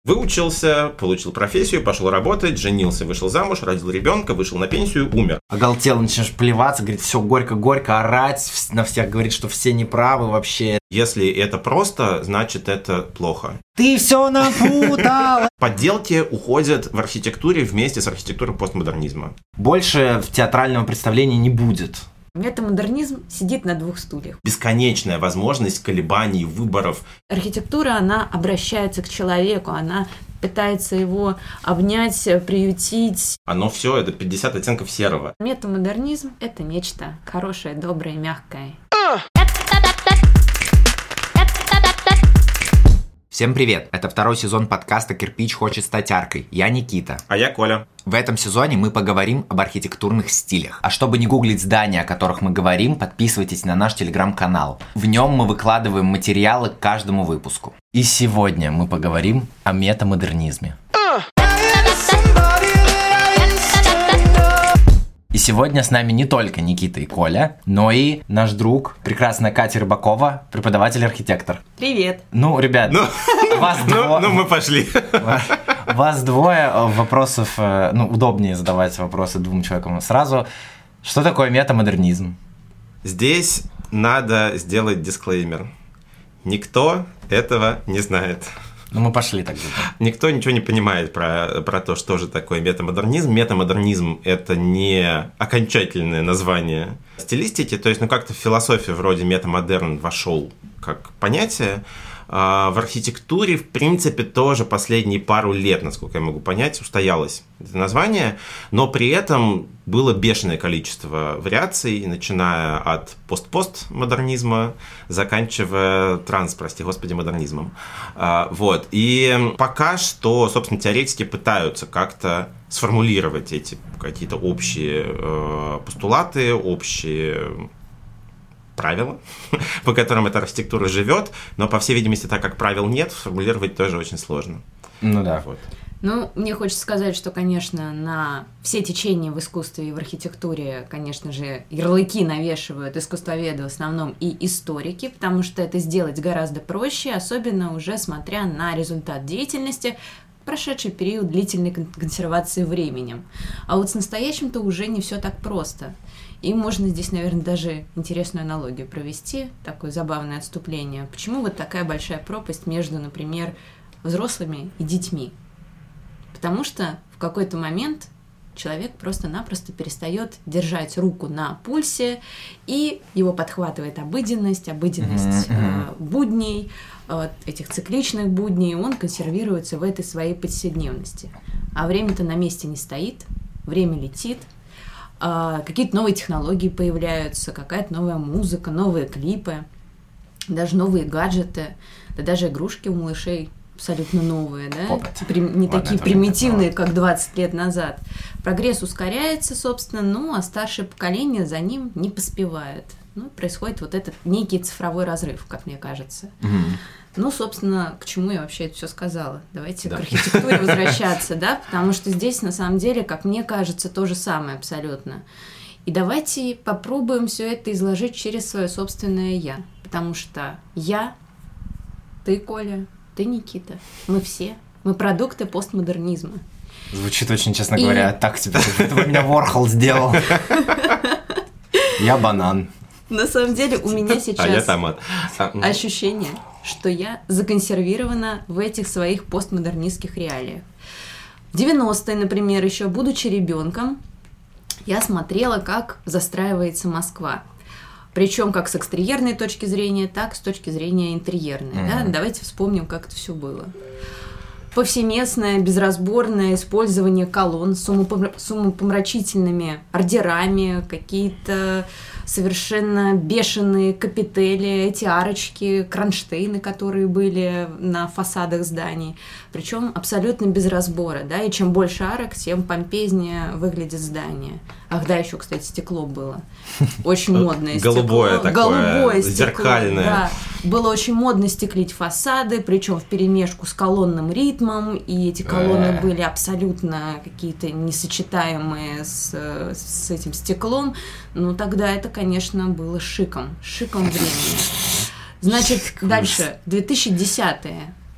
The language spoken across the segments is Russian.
Выучился, получил профессию, пошел работать, женился, вышел замуж, родил ребенка, вышел на пенсию, умер. Оголтел, начинаешь плеваться, говорит, все горько-горько, орать на всех, говорит, что все неправы вообще. Если это просто, значит это плохо. Ты все напутал! Подделки уходят в архитектуре вместе с архитектурой постмодернизма. Больше в театрального представления не будет. Метамодернизм сидит на двух стульях. Бесконечная возможность колебаний, выборов. Архитектура, она обращается к человеку, она пытается его обнять, приютить. Оно все, это 50 оттенков серого. Метамодернизм – это нечто хорошее, доброе, мягкое. Всем привет! Это второй сезон подкаста «Кирпич хочет стать аркой». Я Никита. А я Коля. В этом сезоне мы поговорим об архитектурных стилях. А чтобы не гуглить здания, о которых мы говорим, подписывайтесь на наш телеграм-канал. В нем мы выкладываем материалы к каждому выпуску. И сегодня мы поговорим о метамодернизме. И сегодня с нами не только Никита и Коля, но и наш друг, прекрасная Катя Рыбакова, преподаватель-архитектор. Привет! Ну, ребят, вас двое... Ну, мы пошли. Вас двое, вопросов, удобнее задавать вопросы двум человекам сразу. Что такое метамодернизм? Здесь надо сделать дисклеймер. Никто этого не знает. Ну, мы пошли так же. Никто ничего не понимает про то, что же такое метамодернизм. Метамодернизм – это не окончательное название стилистики, то есть, как-то в философию вроде метамодерн вошел как понятие. В архитектуре, в принципе, тоже последние пару лет, насколько я могу понять, устоялось это название, но при этом было бешеное количество вариаций, начиная от постмодернизма, заканчивая модернизмом. Вот. И пока что, собственно, теоретики пытаются как-то сформулировать эти какие-то общие постулаты, общие правила, по которым эта архитектура живет, но, по всей видимости, так как правил нет, сформулировать тоже очень сложно. Ну да. Вот. Ну, мне хочется сказать, что, конечно, на все течения в искусстве и в архитектуре, конечно же, ярлыки навешивают искусствоведы в основном и историки, потому что это сделать гораздо проще, особенно уже смотря на результат деятельности, прошедший период длительной консервации временем. А вот с настоящим-то уже не все так просто. И можно здесь, наверное, даже интересную аналогию провести, такое забавное отступление. Почему вот такая большая пропасть между, например, взрослыми и детьми? Потому что в какой-то момент человек просто-напросто перестает держать руку на пульсе, и его подхватывает обыденность будней, этих цикличных будней, он консервируется в этой своей повседневности. А время-то на месте не стоит, время летит, какие-то новые технологии появляются, какая-то новая музыка, новые клипы, даже новые гаджеты, да даже игрушки у малышей абсолютно новые, да? Не такие примитивные, как 20 лет назад. Прогресс ускоряется, собственно, а старшее поколение за ним не поспевает. Происходит вот этот некий цифровой разрыв, как мне кажется. Собственно, к чему я вообще это все сказала? Давайте к архитектуре возвращаться, да, потому что здесь, на самом деле, как мне кажется, то же самое абсолютно. И давайте попробуем все это изложить через свое собственное «я», потому что я, ты, Коля, ты, Никита, мы продукты постмодернизма. Звучит очень, честно говоря, так себе, это меня Ворхол сделал. Я банан. На самом деле у меня сейчас томат. Ощущение, что я законсервирована в этих своих постмодернистских реалиях. В 90-е, например, еще будучи ребенком, я смотрела, как застраивается Москва. Причем как с экстерьерной точки зрения, так и с точки зрения интерьерной. Да? Давайте вспомним, как это все было. Повсеместное, безразборное использование колонн с умопомрачительными ордерами, какие-то совершенно бешеные капители, эти арочки, кронштейны, которые были на фасадах зданий. Причем абсолютно без разбора, да, и чем больше арок, тем помпезнее выглядит здание. Ах, да, еще, кстати, стекло было. Очень модное стекло. Голубое стекло, зеркальное. Да. Было очень модно стеклить фасады, причем вперемешку с колонным ритмом, и эти колонны были абсолютно какие-то несочетаемые с этим стеклом. Тогда это, конечно, было шиком времени. Значит, дальше, 2010-е.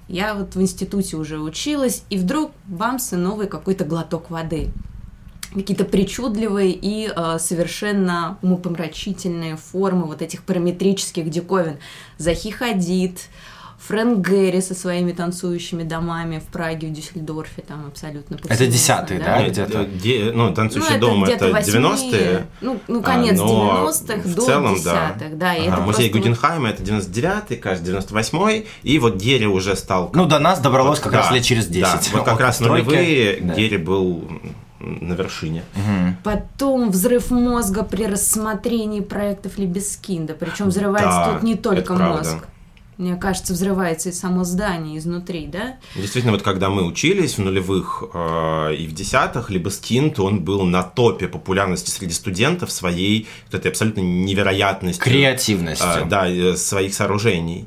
Я вот в институте уже училась, и вдруг бамс, и новый какой-то глоток воды. Какие-то причудливые и совершенно умопомрачительные формы вот этих параметрических диковин. Захи Хадид, Фрэнк Гэри со своими танцующими домами в Праге, в Дюссельдорфе, там абсолютно это 10-е, да? Где-то? Танцующий дом это 90-е. Конец 90-х до целом, 10-х, да. И это музей Гугенхайма это 99-й, кажется, 98-й, и вот Гери уже стал... до нас добралось как раз лет через 10. Да, вот как раз нулевые, Гери был на вершине. Потом взрыв мозга при рассмотрении проектов Либескинда, причем взрывается тут не только мозг. Мне кажется, взрывается и само здание изнутри, да? Действительно, вот когда мы учились в нулевых и в десятых, Либескинд, он был на топе популярности среди студентов своей вот этой абсолютно невероятностью. Креативностью. Да, своих сооружений.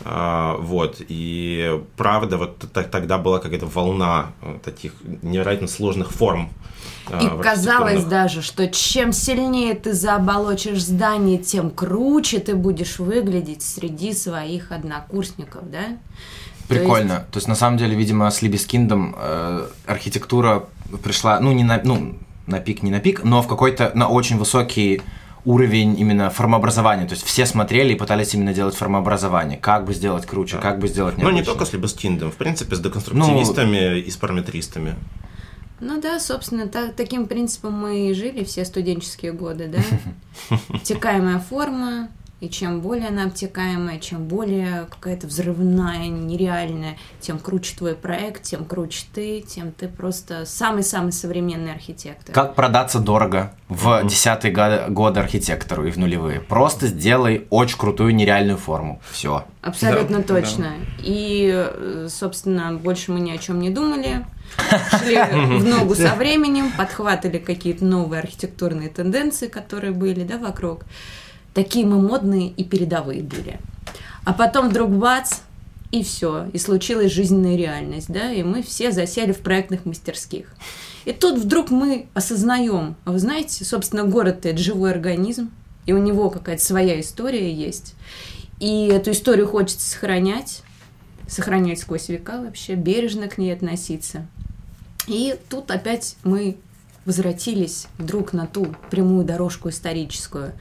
Вот. И правда, вот тогда была какая-то волна таких невероятно сложных форм. И казалось даже, что чем сильнее ты заоболочишь здание, тем круче ты будешь выглядеть среди своих однокурсников, да? Прикольно. То есть на самом деле, видимо, с Либескиндом архитектура пришла, не на пик, но в какой-то, на очень высокий уровень именно формообразования. То есть все смотрели и пытались именно делать формообразование. Как бы сделать круче, как бы сделать необычно. Не только с Либескиндом, в принципе, с деконструктивистами и с параметристами. Собственно, таким принципом мы и жили все студенческие годы, да? Обтекаемая форма, и чем более она обтекаемая, чем более какая-то взрывная, нереальная, тем круче твой проект, тем круче ты, тем ты просто самый-самый современный архитектор. Как продаться дорого в 10-е годы архитектору и в нулевые? Просто сделай очень крутую нереальную форму. Все. Абсолютно точно. Да. И, собственно, больше мы ни о чем не думали. Шли в ногу со временем, подхватывали какие-то новые архитектурные тенденции, которые были, да, вокруг. Такие мы модные и передовые были. А потом вдруг бац, и все, и случилась жизненная реальность, да, и мы все засели в проектных мастерских. И тут вдруг мы осознаем, а вы знаете, собственно, город-то это живой организм, и у него какая-то своя история есть. И эту историю хочется сохранять сквозь века вообще, бережно к ней относиться. И тут опять мы возвратились вдруг на ту прямую дорожку историческую.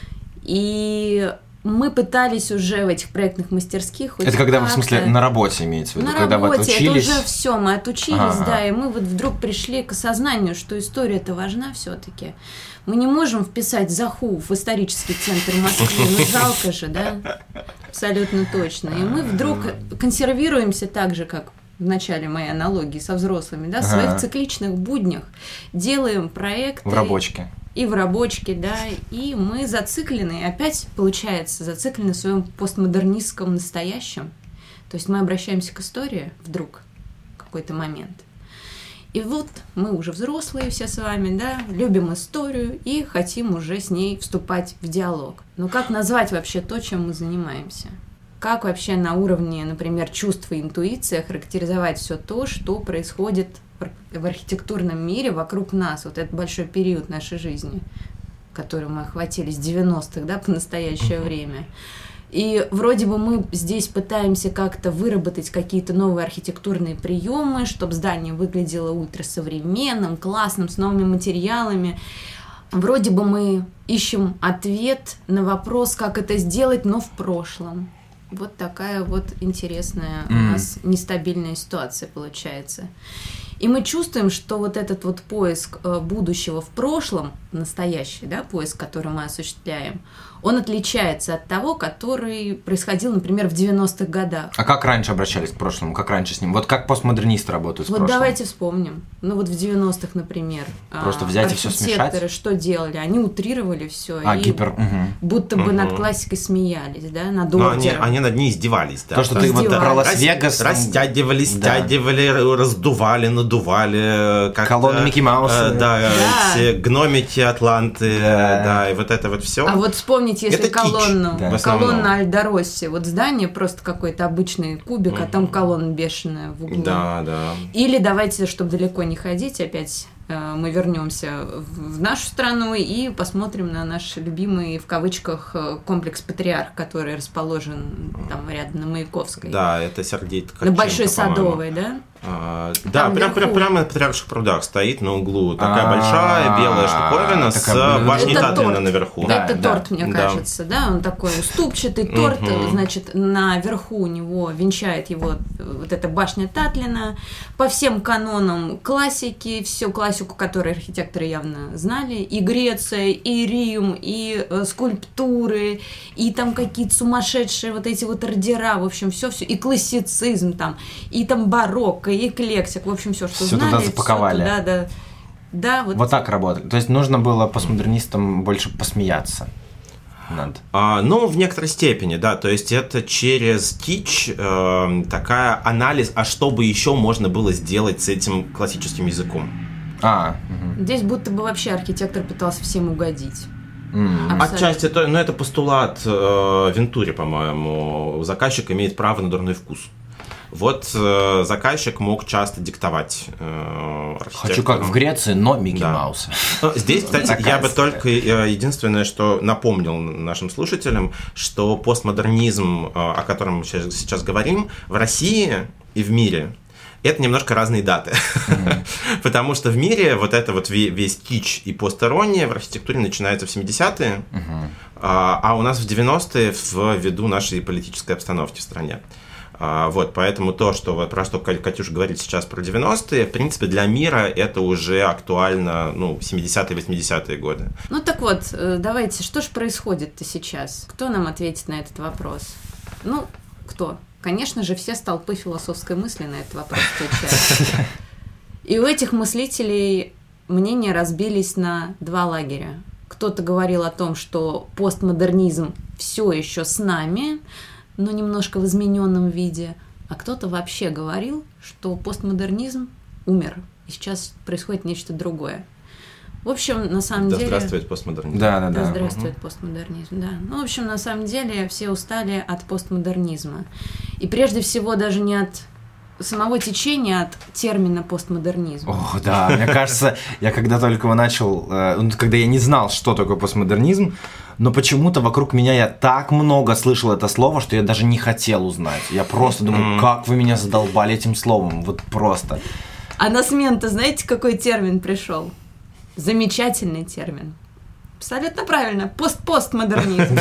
И мы пытались уже в этих проектных мастерских... Это когда вы, в смысле, на работе имеете в виду? На когда работе, вы отучились? Это уже все, мы отучились, да, и мы вот вдруг пришли к осознанию, что история-то важна все-таки. Мы не можем вписать Заху в исторический центр Москвы, жалко же, да? Абсолютно точно. И мы вдруг консервируемся так же, как в начале моей аналогии со взрослыми, да, в своих цикличных буднях, делаем проекты. В рабочке. И в рабочке, да, и мы зациклены, опять, получается, зациклены в своем постмодернистском настоящем. То есть мы обращаемся к истории вдруг в какой-то момент. И вот мы уже взрослые все с вами, да, любим историю и хотим уже с ней вступать в диалог. Но как назвать вообще то, чем мы занимаемся? Как вообще на уровне, например, чувств и интуиции характеризовать все то, что происходит в архитектурном мире вокруг нас, вот этот большой период нашей жизни, который мы охватили с 90-х, да, по настоящее время. И вроде бы мы здесь пытаемся как-то выработать какие-то новые архитектурные приемы, чтобы здание выглядело ультрасовременным, классным, с новыми материалами. Вроде бы мы ищем ответ на вопрос, как это сделать, но в прошлом. Вот такая вот интересная у нас нестабильная ситуация получается. И мы чувствуем, что вот этот вот поиск будущего в прошлом, настоящий, да, поиск, который мы осуществляем, он отличается от того, который происходил, например, в 90-х годах. А как раньше обращались к прошлому? Как раньше с ним? Вот как постмодернисты работают с прошлым? Вот давайте вспомним. Ну вот в 90-х, например, просто взять и все смешать? Архитекторы что делали? Они утрировали все. Будто бы над классикой смеялись, да, над ордером. Они над ней издевались, да. То, что ты вот про Лас-Вегас... Растягивали, стягивали, раздували, надували. Колонны Микки Мауса. Да, эти гномики Атланты, да, и вот это вот все. А вот вспомните, если это колонна Альдоросси, вот здание просто какой-то обычный кубик, а там колонна бешеная в углу. Да, да. Или давайте, чтобы далеко не ходить, опять мы вернемся в нашу страну и посмотрим на наш любимый, в кавычках, комплекс «Патриарх», который расположен там рядом на Маяковской. Да, это Сергей Ткаченко, на Большой Садовой, по-моему. да? Да, прямо на Патриарших прудах стоит на углу такая большая белая штуковина с башней Татлина наверху. Это торт, мне кажется, да, он такой уступчатый торт, значит, наверху у него венчает его вот эта башня Татлина по всем канонам классики, всю классику, которую архитекторы явно знали, и Греция, и Рим, и скульптуры, и там какие-то сумасшедшие вот эти вот ордера, в общем, все, и классицизм там, и там барокко, и эклектик, в общем, все, что всё знали. Туда запаковали. Всё туда, да. Вот так работали. То есть нужно было постмодернистам больше посмеяться. Ну, в некоторой степени, да. То есть это через кич такая анализ, а что бы еще можно было сделать с этим классическим языком. Здесь будто бы вообще архитектор пытался всем угодить. Отчасти, это постулат Вентури, по-моему. Заказчик имеет право на дурной вкус. Вот заказчик мог часто диктовать архитекторам. Хочу как в Греции, но Микки Мауса. Здесь, кстати, я бы только единственное, что напомнил нашим слушателям, что постмодернизм, о котором мы сейчас говорим, в России и в мире это немножко разные даты. Потому что в мире вот это вот весь кич и постерония в архитектуре начинается в 70-е, а у нас в 90-е ввиду нашей политической обстановки в стране. Вот, поэтому про что Катюша говорит сейчас про 90-е, в принципе, для мира это уже актуально, 70-е, 80-е годы. Ну так вот, давайте, что же происходит-то сейчас? Кто нам ответит на этот вопрос? Кто? Конечно же, все столпы философской мысли на этот вопрос отвечают. И у этих мыслителей мнения разбились на два лагеря. Кто-то говорил о том, что постмодернизм все еще с нами, но немножко в измененном виде, а кто-то вообще говорил, что постмодернизм умер, и сейчас происходит нечто другое. В общем, на самом деле... Да здравствует постмодернизм. Да здравствует постмодернизм, да. В общем, на самом деле все устали от постмодернизма. И прежде всего даже не от самого течения, от термина постмодернизм. Ох, да, мне кажется, я когда только его начал, когда я не знал, что такое постмодернизм, но почему-то вокруг меня я так много слышал это слово, что я даже не хотел узнать. Я просто думаю, как вы меня задолбали этим словом, вот просто. А на смену-то знаете, какой термин пришел? Замечательный термин. Абсолютно правильно. Постмодернизм.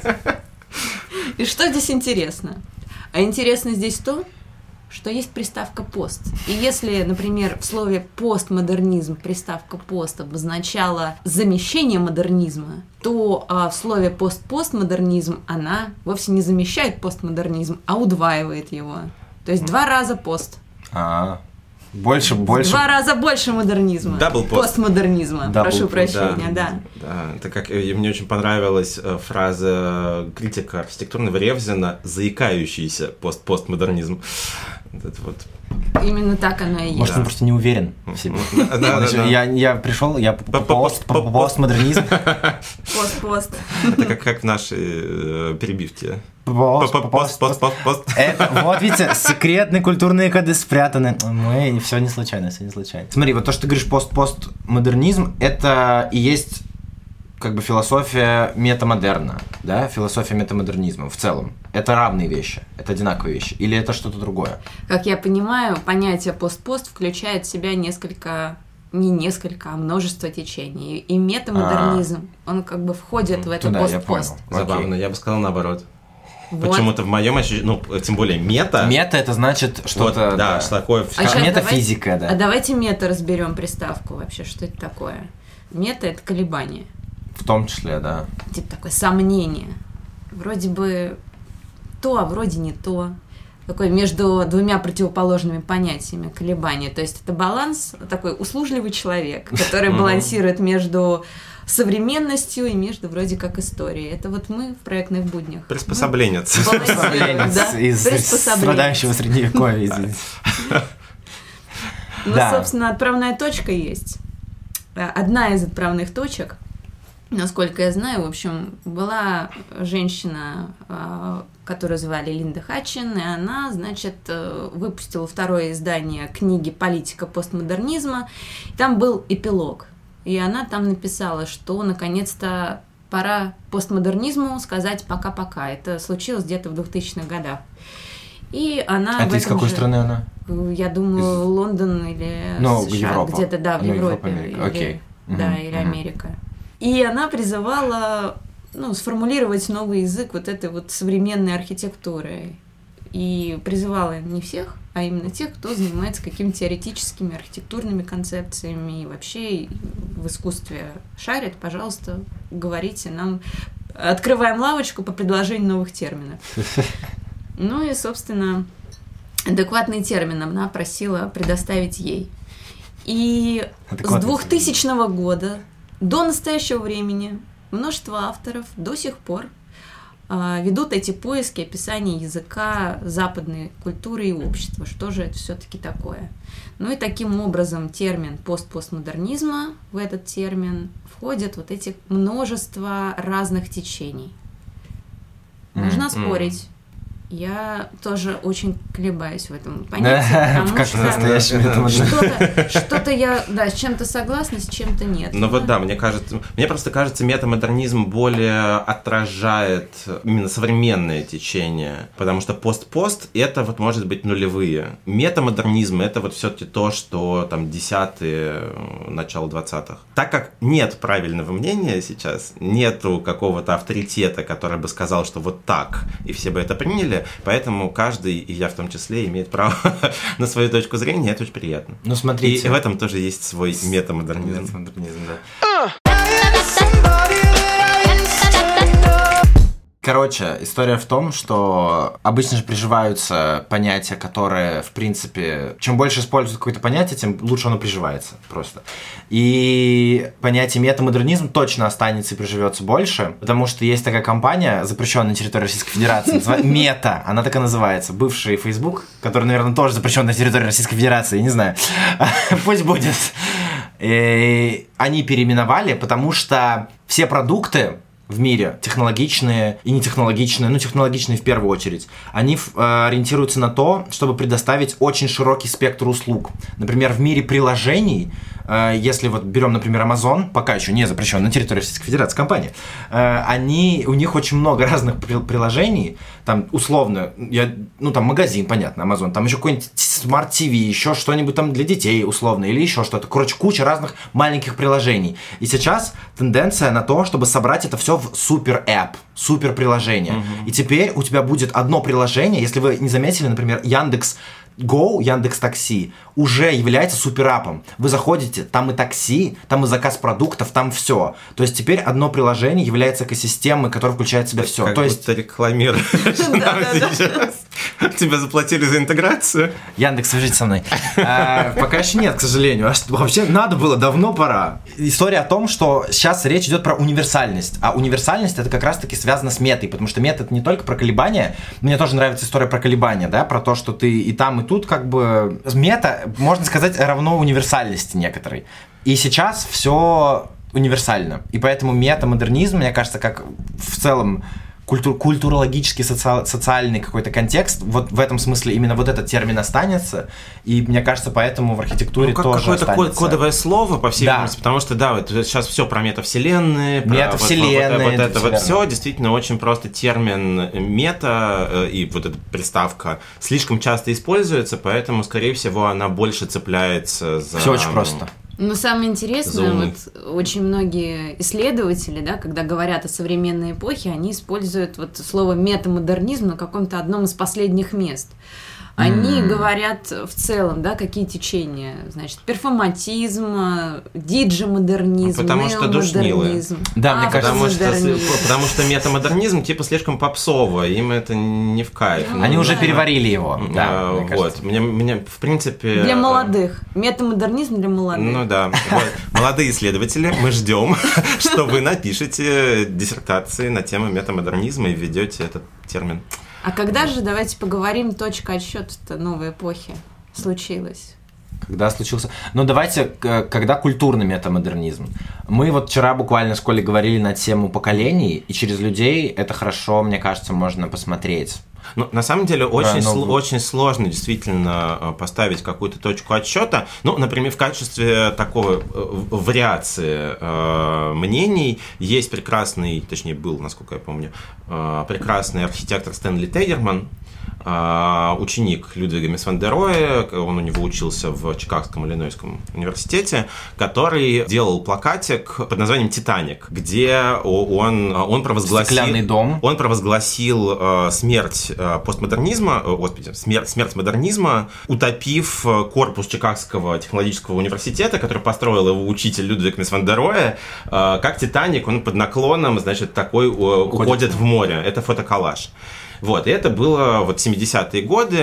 И что здесь интересно? А интересно здесь то, что есть приставка «пост». И если, например, в слове «постмодернизм» приставка «пост» обозначала замещение модернизма, то в слове «постмодернизм» она вовсе не замещает постмодернизм, а удваивает его. То есть 2 раза «пост». Больше. 2 раза больше модернизма. Постмодернизма. Прошу прощения, да. Это как и мне очень понравилась фраза критика архитектурного Ревзина «заикающийся постмодернизм». Именно так оно и есть. Может, он просто не уверен в себе. Я пришел, я постмодернизм. Пост. Это как в нашей перебивке. Пост. Вот видите, секретные культурные коды спрятаны. Все не случайно. Смотри, вот то, что ты говоришь постмодернизм, это и есть как бы философия метамодерна, да, философия метамодернизма в целом. Это равные вещи, это одинаковые вещи, или это что-то другое? Как я понимаю, понятие пост-пост включает в себя множество течений. И метамодернизм, он как бы входит в это пост-пост. Забавно, я бы сказал наоборот. Вот. Почему-то в моем ощущении, тем более мета. Мета это значит что-то. Да, что такое. Метафизика, да. А давайте мета разберем приставку вообще, что это такое. Мета это колебание. В том числе, да. Типа такое сомнение. Вроде бы то, а вроде не то. Такой между двумя противоположными понятиями колебания. То есть это баланс, такой услужливый человек, который балансирует между современностью и между вроде как историей. Это вот мы в проектных буднях. Приспособленец. Из страдающего средневековья, извините. Ну, собственно, отправная точка есть. Одна из отправных точек насколько я знаю, в общем, была женщина, которую звали Линда Хатчин, и она, значит, выпустила второе издание книги «Политика постмодернизма». И там был эпилог. И она там написала, что наконец-то пора постмодернизму сказать «пока-пока». Это случилось где-то в 2000-х годах. И она... А ты из какой страны она? Я думаю, Лондон или США. Европа. Где-то, да, в Европе. Окей. Да, или Америка. И она призывала, сформулировать новый язык вот этой вот современной архитектуры. И призывала не всех, а именно тех, кто занимается какими-то теоретическими архитектурными концепциями и вообще в искусстве шарит, пожалуйста, говорите нам, открываем лавочку по предложению новых терминов. Ну и, собственно, адекватный термин она просила предоставить ей. И с 2000 года до настоящего времени множество авторов до сих пор ведут эти поиски описания языка западной культуры и общества. Что же это все-таки такое? Ну и таким образом термин постмодернизма, в этот термин входят вот эти множество разных течений. Можно спорить. Я тоже очень колебаюсь в этом понятии, потому что что-то я, с чем-то согласна, с чем-то нет. Ну вот да, мне просто кажется, метамодернизм более отражает именно современное течение, потому что пост это вот может быть нулевые. Метамодернизм это вот все-таки то, что там 10-е, начало 20-х. Так как нет правильного мнения сейчас, нету какого-то авторитета, который бы сказал, что вот так, и все бы это приняли, поэтому каждый, и я в том числе, имеет право на свою точку зрения, это очень приятно. Ну, смотрите. И в этом тоже есть свой метамодернизм. Метамодернизм, да. Короче, история в том, что обычно же приживаются понятия, которые, в принципе, чем больше используют какое-то понятие, тем лучше оно приживается просто. И понятие метамодернизм точно останется и приживется больше, потому что есть такая компания, запрещенная на территории Российской Федерации, называется Мета, она так и называется, бывший Facebook, который, наверное, тоже запрещен на территории Российской Федерации, я не знаю, пусть будет. И они переименовали, потому что все продукты в мире, технологичные и нетехнологичные, технологичные в первую очередь, они ориентируются на то, чтобы предоставить очень широкий спектр услуг. Например, в мире приложений, если вот берем, например, Amazon, пока еще не запрещен на территории Российской Федерации компания, у них очень много разных приложений, там условно, там магазин, понятно, Amazon, там еще какой-нибудь Smart TV, еще что-нибудь там для детей условно, или еще что-то. Короче, куча разных маленьких приложений. И сейчас тенденция на то, чтобы собрать это все в супер-эп, супер-приложение. И теперь у тебя будет одно приложение, если вы не заметили, например, Яндекс.Го, Яндекс.Такси уже является суперапом. Вы заходите, там и такси, там и заказ продуктов, там все. То есть теперь одно приложение является экосистемой, которая включает в себя все. То есть рекламируешь нам сейчас. Тебе заплатили за интеграцию? Яндекс, свяжитесь со мной. Пока еще нет, к сожалению. Вообще надо было, давно пора. История о том, что сейчас речь идет про универсальность. А универсальность это как раз-таки связано с метой, потому что мета это не только про колебания. Мне тоже нравится история про колебания, да, про то, что ты и там, и тут как бы... Мета, можно сказать, равно универсальности некоторой. И сейчас все универсально. И поэтому метамодернизм, мне кажется, как в целом культурологический, социальный какой-то контекст, вот в этом смысле именно вот этот термин останется, и мне кажется, поэтому в архитектуре тоже останется. Какое-то кодовое слово, по всей видимости, потому что, да, вот сейчас все про метавселенные, вот это вот все, действительно, очень просто термин мета и вот эта приставка слишком часто используется, поэтому, скорее всего, она больше цепляется за... Все очень просто. Но самое интересное, вот очень многие исследователи, да, когда говорят о современной эпохе, они используют вот слово метамодернизм на каком-то одном из последних мест. Они говорят в целом, да, какие течения, значит, перформатизм, диджи-модернизм, потому что душнилые. Да, мне кажется, потому что метамодернизм типа слишком попсово, им это не в кайф. Они уже переварили его. Да, вот, мне в принципе... Для молодых. Метамодернизм для молодых. Ну да. Молодые исследователи, мы ждем, что вы напишете диссертации на тему метамодернизма и введете этот термин. А когда же, давайте поговорим, точка отсчета новой эпохи случилась? Когда случился... Ну, давайте, когда культурный метамодернизм. Мы вот вчера буквально с Колей говорили на тему поколений, и через людей это хорошо, мне кажется, можно посмотреть. Ну, на самом деле, очень сложно действительно поставить какую-то точку отсчета. Ну, например, в качестве такой вариации мнений есть прекрасный, точнее, был, насколько я помню, прекрасный архитектор Стэнли Тейдерман, ученик Людвига Мис ван дер Роэ, он у него учился в Чикагском Иллинойском университете, который делал плакатик под названием «Титаник», где он провозгласил... Стеклянный дом. Он провозгласил смерть постмодернизма, смерть модернизма, утопив корпус Чикагского технологического университета, который построил его учитель Людвиг Мис ван дер Роэ, как «Титаник», он под наклоном, значит, такой уходит в море. Это фотоколлаж. Вот, и это было вот 70-е годы,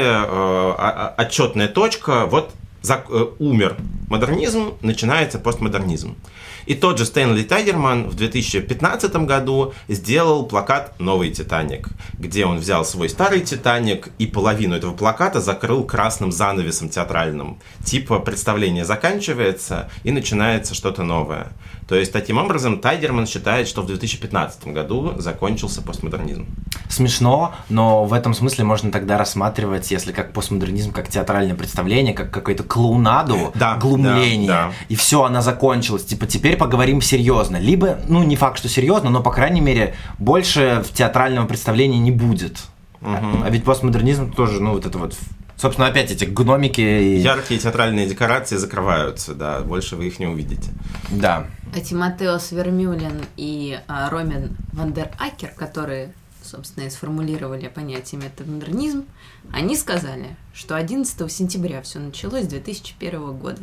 отчетная точка, вот умер модернизм, начинается постмодернизм. И тот же Стэнли Тейдерман в 2015 году сделал плакат «Новый Титаник», где он взял свой старый Титаник и половину этого плаката закрыл красным занавесом театральным. Типа представление заканчивается и начинается что-то новое. То есть, таким образом, Тайдерман считает, что в 2015 году закончился постмодернизм. Смешно, но в этом смысле можно тогда рассматривать, если как постмодернизм, как театральное представление, как какую-то клоунаду, глумление, да. И все, она закончилась. Типа, теперь поговорим серьезно. Либо, ну, не факт, что серьезно, но, по крайней мере, больше в театрального представления не будет. А ведь постмодернизм тоже, ну, вот это вот... Собственно, опять эти гномики и... Яркие театральные декорации закрываются, да, больше вы их не увидите. Да. А Тимотеос Вермюлен и Ромин ван дер Акер, которые, собственно, и сформулировали понятие метамодернизм, они сказали, что 11 сентября все началось 2001 года.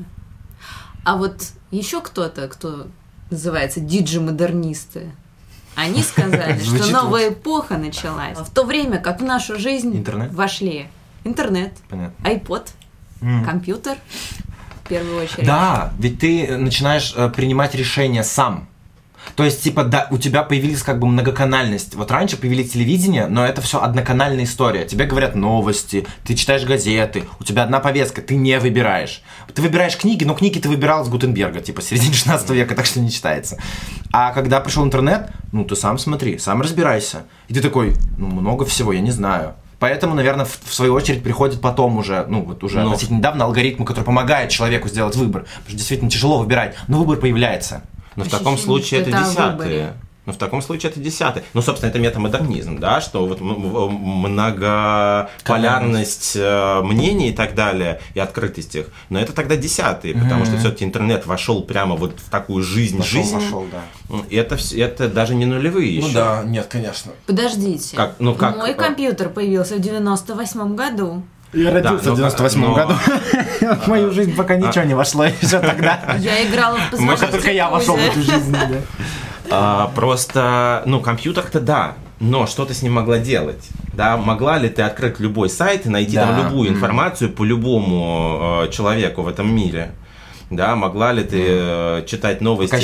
А вот еще кто-то, кто называется диджи-модернисты, они сказали, что новая эпоха началась в то время, как в нашу жизнь вошли интернет, iPod, компьютер, в первую очередь. Да, ведь ты начинаешь принимать решения сам. То есть, типа, да, у тебя появилась как бы многоканальность. Вот раньше появились телевидение, но это все одноканальная история. Тебе говорят новости, ты читаешь газеты, у тебя одна повестка, ты не выбираешь. Ты выбираешь книги, но книги ты выбирал с Гутенберга, типа, с середины 16 века, так что не читается. А когда пришел интернет, ну, ты сам смотри, сам разбирайся. И ты такой, ну, много всего, я не знаю. Поэтому, наверное, в свою очередь приходит потом уже, ну, вот уже относительно недавно алгоритмы, который помогает человеку сделать выбор. Потому что действительно тяжело выбирать, но выбор появляется. Но в таком случае это 10-е. Но в таком случае это 10-е. Ну, собственно, это метамодернизм, да, что вот многополярность мнений и так далее, и открытость их. Но это тогда 10-е, потому что все-таки интернет вошел прямо вот в такую жизнь. Вошел, да. Это даже не нулевые еще. Ну да, нет, конечно. Подождите. Мой компьютер появился в 98 году. Я родился в 98 году. В мою жизнь пока ничего не вошло еще тогда. Я играла в познаватель. Только я вошел в эту жизнь. Просто, компьютер-то да, но что ты с ним могла делать? Да, могла ли ты открыть любой сайт и найти там любую информацию по любому человеку в этом мире? Да, могла ли ты читать новости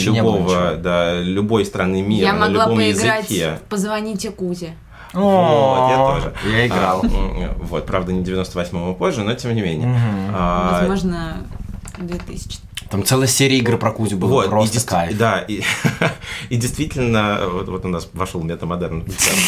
любой страны мира на любом языке? Я могла поиграть в «Позвоните Кузе». Вот, я тоже. Я играл. Вот, правда, не 98-го позже, но тем не менее. Возможно, 2000. Там целая серия игр про Кузю была, вот, просто кайф. Да, и действительно, вот у нас вошел метамодерн.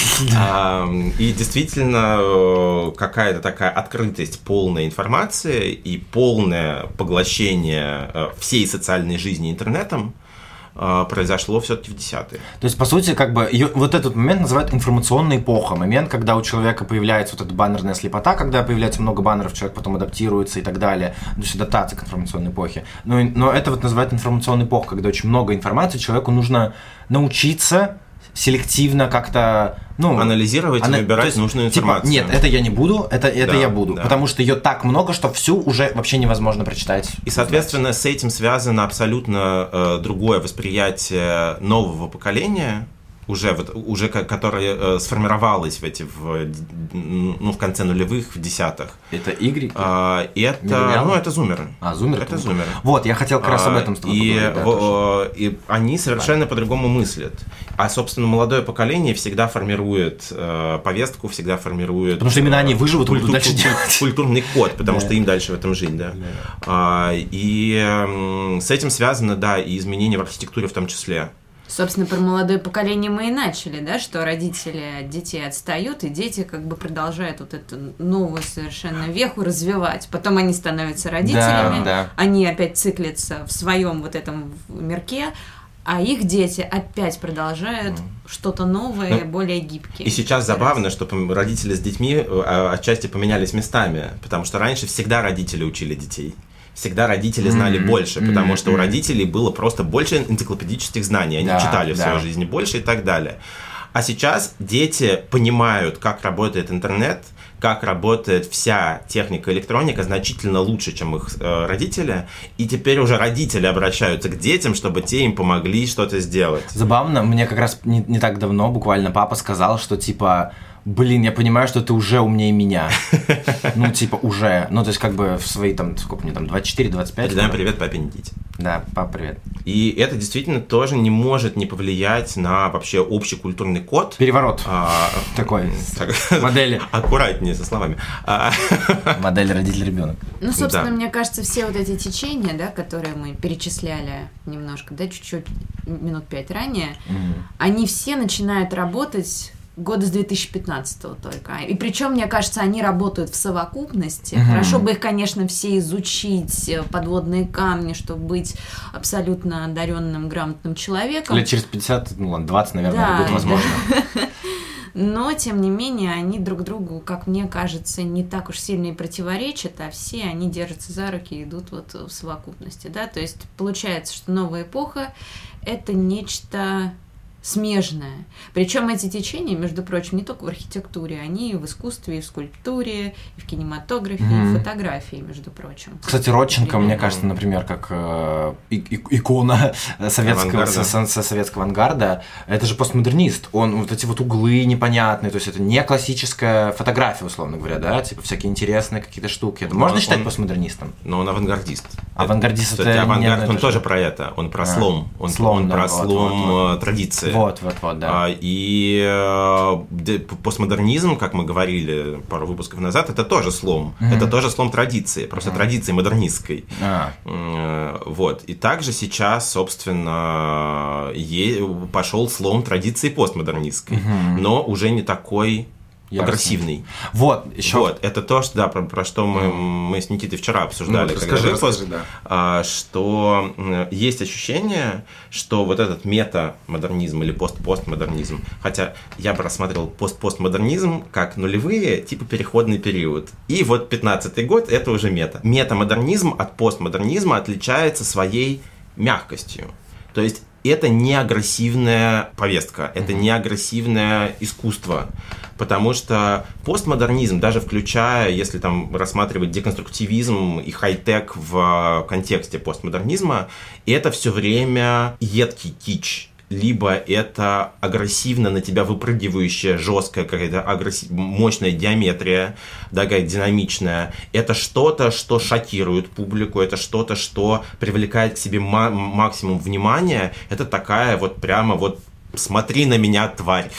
И действительно, какая-то такая открытость полной информации и полное поглощение всей социальной жизни интернетом произошло все-таки в 10-е. То есть, по сути, как бы вот этот момент называют информационная эпоха. Момент, когда у человека появляется вот эта баннерная слепота, когда появляется много баннеров, человек потом адаптируется и так далее. То есть, адаптация к информационной эпохе. Но это вот называют информационная эпоха, когда очень много информации, человеку нужно научиться селективно как-то, анализировать и выбирать нужную информацию. Типа, нет, это я не буду, это я буду. Да. Потому что ее так много, что всю уже вообще невозможно прочитать. И, соответственно, с этим связано абсолютно другое восприятие нового поколения, которая сформировалась в конце нулевых, в десятых. Это Y? Это зумеры. Зумеры? Это зумеры. Вот, я хотел как раз об этом с тобой поговорить. И они совершенно по-другому мыслят. А, собственно, молодое поколение всегда формирует повестку, всегда формирует... Потому что именно они выживут, будут дальше делать. Культурный код, потому что им дальше в этом жить, да. И с этим связано, да, и изменения в архитектуре в том числе. Собственно, про молодое поколение мы и начали, да, что родители от детей отстают, и дети как бы продолжают вот эту новую совершенно веху развивать. Потом они становятся родителями, они опять циклятся в своем вот этом мирке, а их дети опять продолжают что-то новое, более гибкое. И сейчас забавно, что родители с детьми отчасти поменялись местами, потому что раньше всегда родители учили детей. Всегда родители знали больше, потому что у родителей было просто больше энциклопедических знаний. Они читали в своей жизни больше и так далее. А сейчас дети понимают, как работает интернет, как работает вся техника, электроника значительно лучше, чем их родители. И теперь уже родители обращаются к детям, чтобы те им помогли что-то сделать. Забавно, мне как раз не так давно буквально папа сказал, что типа... Блин, я понимаю, что ты уже умнее меня. Ну, типа, уже. Ну, то есть, как бы в свои, там, сколько мне там, 24-25? Передаем привет папе Никите. Да, папа, привет. И это действительно тоже не может не повлиять на вообще общий культурный код. Переворот такой, модели. Аккуратнее со словами. Модель родитель-ребенок. Ну, собственно, мне кажется, все вот эти течения, да, которые мы перечисляли немножко, да, чуть-чуть, минут 5 ранее, они все начинают работать... года с 2015-го только. И причем, мне кажется, они работают в совокупности. Хорошо бы их, конечно, все изучить, подводные камни, чтобы быть абсолютно одаренным, грамотным человеком. Лет через 50, 20, наверное, будет возможно. Но, тем не менее, они друг другу, как мне кажется, не так уж сильно и противоречат, а все они держатся за руки и идут вот в совокупности. Да? То есть получается, что новая эпоха – это нечто... смежное. Причем эти течения, между прочим, не только в архитектуре, они и в искусстве, и в скульптуре, и в кинематографе, и в фотографии, между прочим. Кстати, Родченко, мне кажется, например, как икона советского авангарда, это же постмодернист. Он вот эти вот углы непонятные, то есть это не классическая фотография, условно говоря, да, типа всякие интересные какие-то штуки. Это можно считать постмодернистом? Но он авангардист. Авангардист — это авангард, он тоже про это, он про слом, он про слом традиции. Вот, да. И постмодернизм, как мы говорили пару выпусков назад, это тоже слом. Это тоже слом традиции, просто традиции модернистской. Вот. И также сейчас, собственно, пошел слом традиции постмодернистской, но уже не такой... агрессивный. Вот, еще. Вот, это то, что, да, про что мы с Никитой вчера обсуждали, расскажи, что есть ощущение, что вот этот метамодернизм или постмодернизм, хотя я бы рассматривал постмодернизм как нулевые, типа переходный период. И вот 15-й год – это уже мета. Метамодернизм от постмодернизма отличается своей мягкостью. То есть это не агрессивная повестка, это не агрессивное искусство. Потому что постмодернизм, даже включая, если там рассматривать деконструктивизм и хай-тек в контексте постмодернизма, это все время едкий кич. Либо это агрессивно на тебя выпрыгивающая, жесткая какая-то мощная геометрия, да, какая-то динамичная. Это что-то, что шокирует публику, это что-то, что привлекает к себе максимум внимания. Это такая вот прямо вот «смотри на меня, тварь».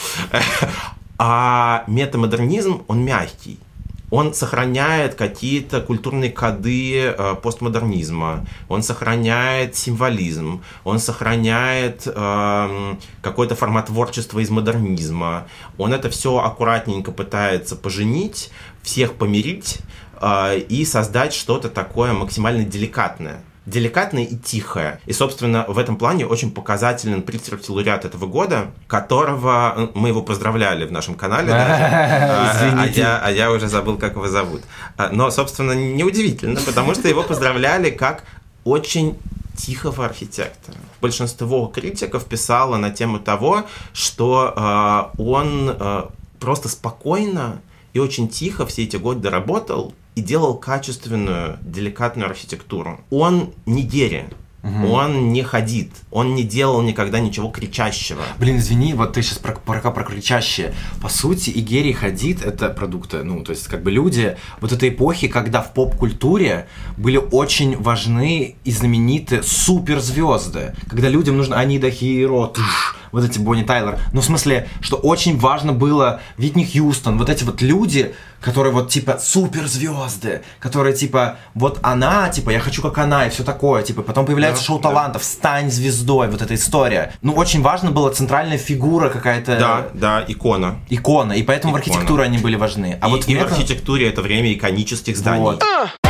А метамодернизм, он мягкий. Он сохраняет какие-то культурные коды постмодернизма, он сохраняет символизм, он сохраняет какой-то формат творчества из модернизма. Он это все аккуратненько пытается поженить, всех помирить и создать что-то такое максимально деликатное. Деликатное и тихое. И, собственно, в этом плане очень показателен Притцкер-лауреат этого года, которого мы его поздравляли в нашем канале даже, а я уже забыл, как его зовут. Но, собственно, неудивительно, потому что его поздравляли как очень тихого архитектора. Большинство критиков писало на тему того, что он просто спокойно и очень тихо все эти годы доработал и делал качественную, деликатную архитектуру. Он не Герри. Он не ходит, он не делал никогда ничего кричащего. Блин, извини, вот ты сейчас про кричащее. По сути, и Герри Хадид — это продукты, ну, то есть, как бы люди вот этой эпохи, когда в поп-культуре были очень важны и знамениты суперзвезды, когда людям нужно Анида Хиро, вот эти Бонни Тайлер. Ну, в смысле, что очень важно было Витни Хьюстон, вот эти вот люди, которые вот, типа, суперзвезды, которые, типа, вот она, типа, я хочу как она, и все такое, типа, потом появляется шоу талантов, стань звездой, вот эта история. Ну, очень важно была центральная фигура какая-то. Да, икона. Икона, и поэтому в архитектуре они были важны. А вот в архитектуре это время иконических зданий. Вот.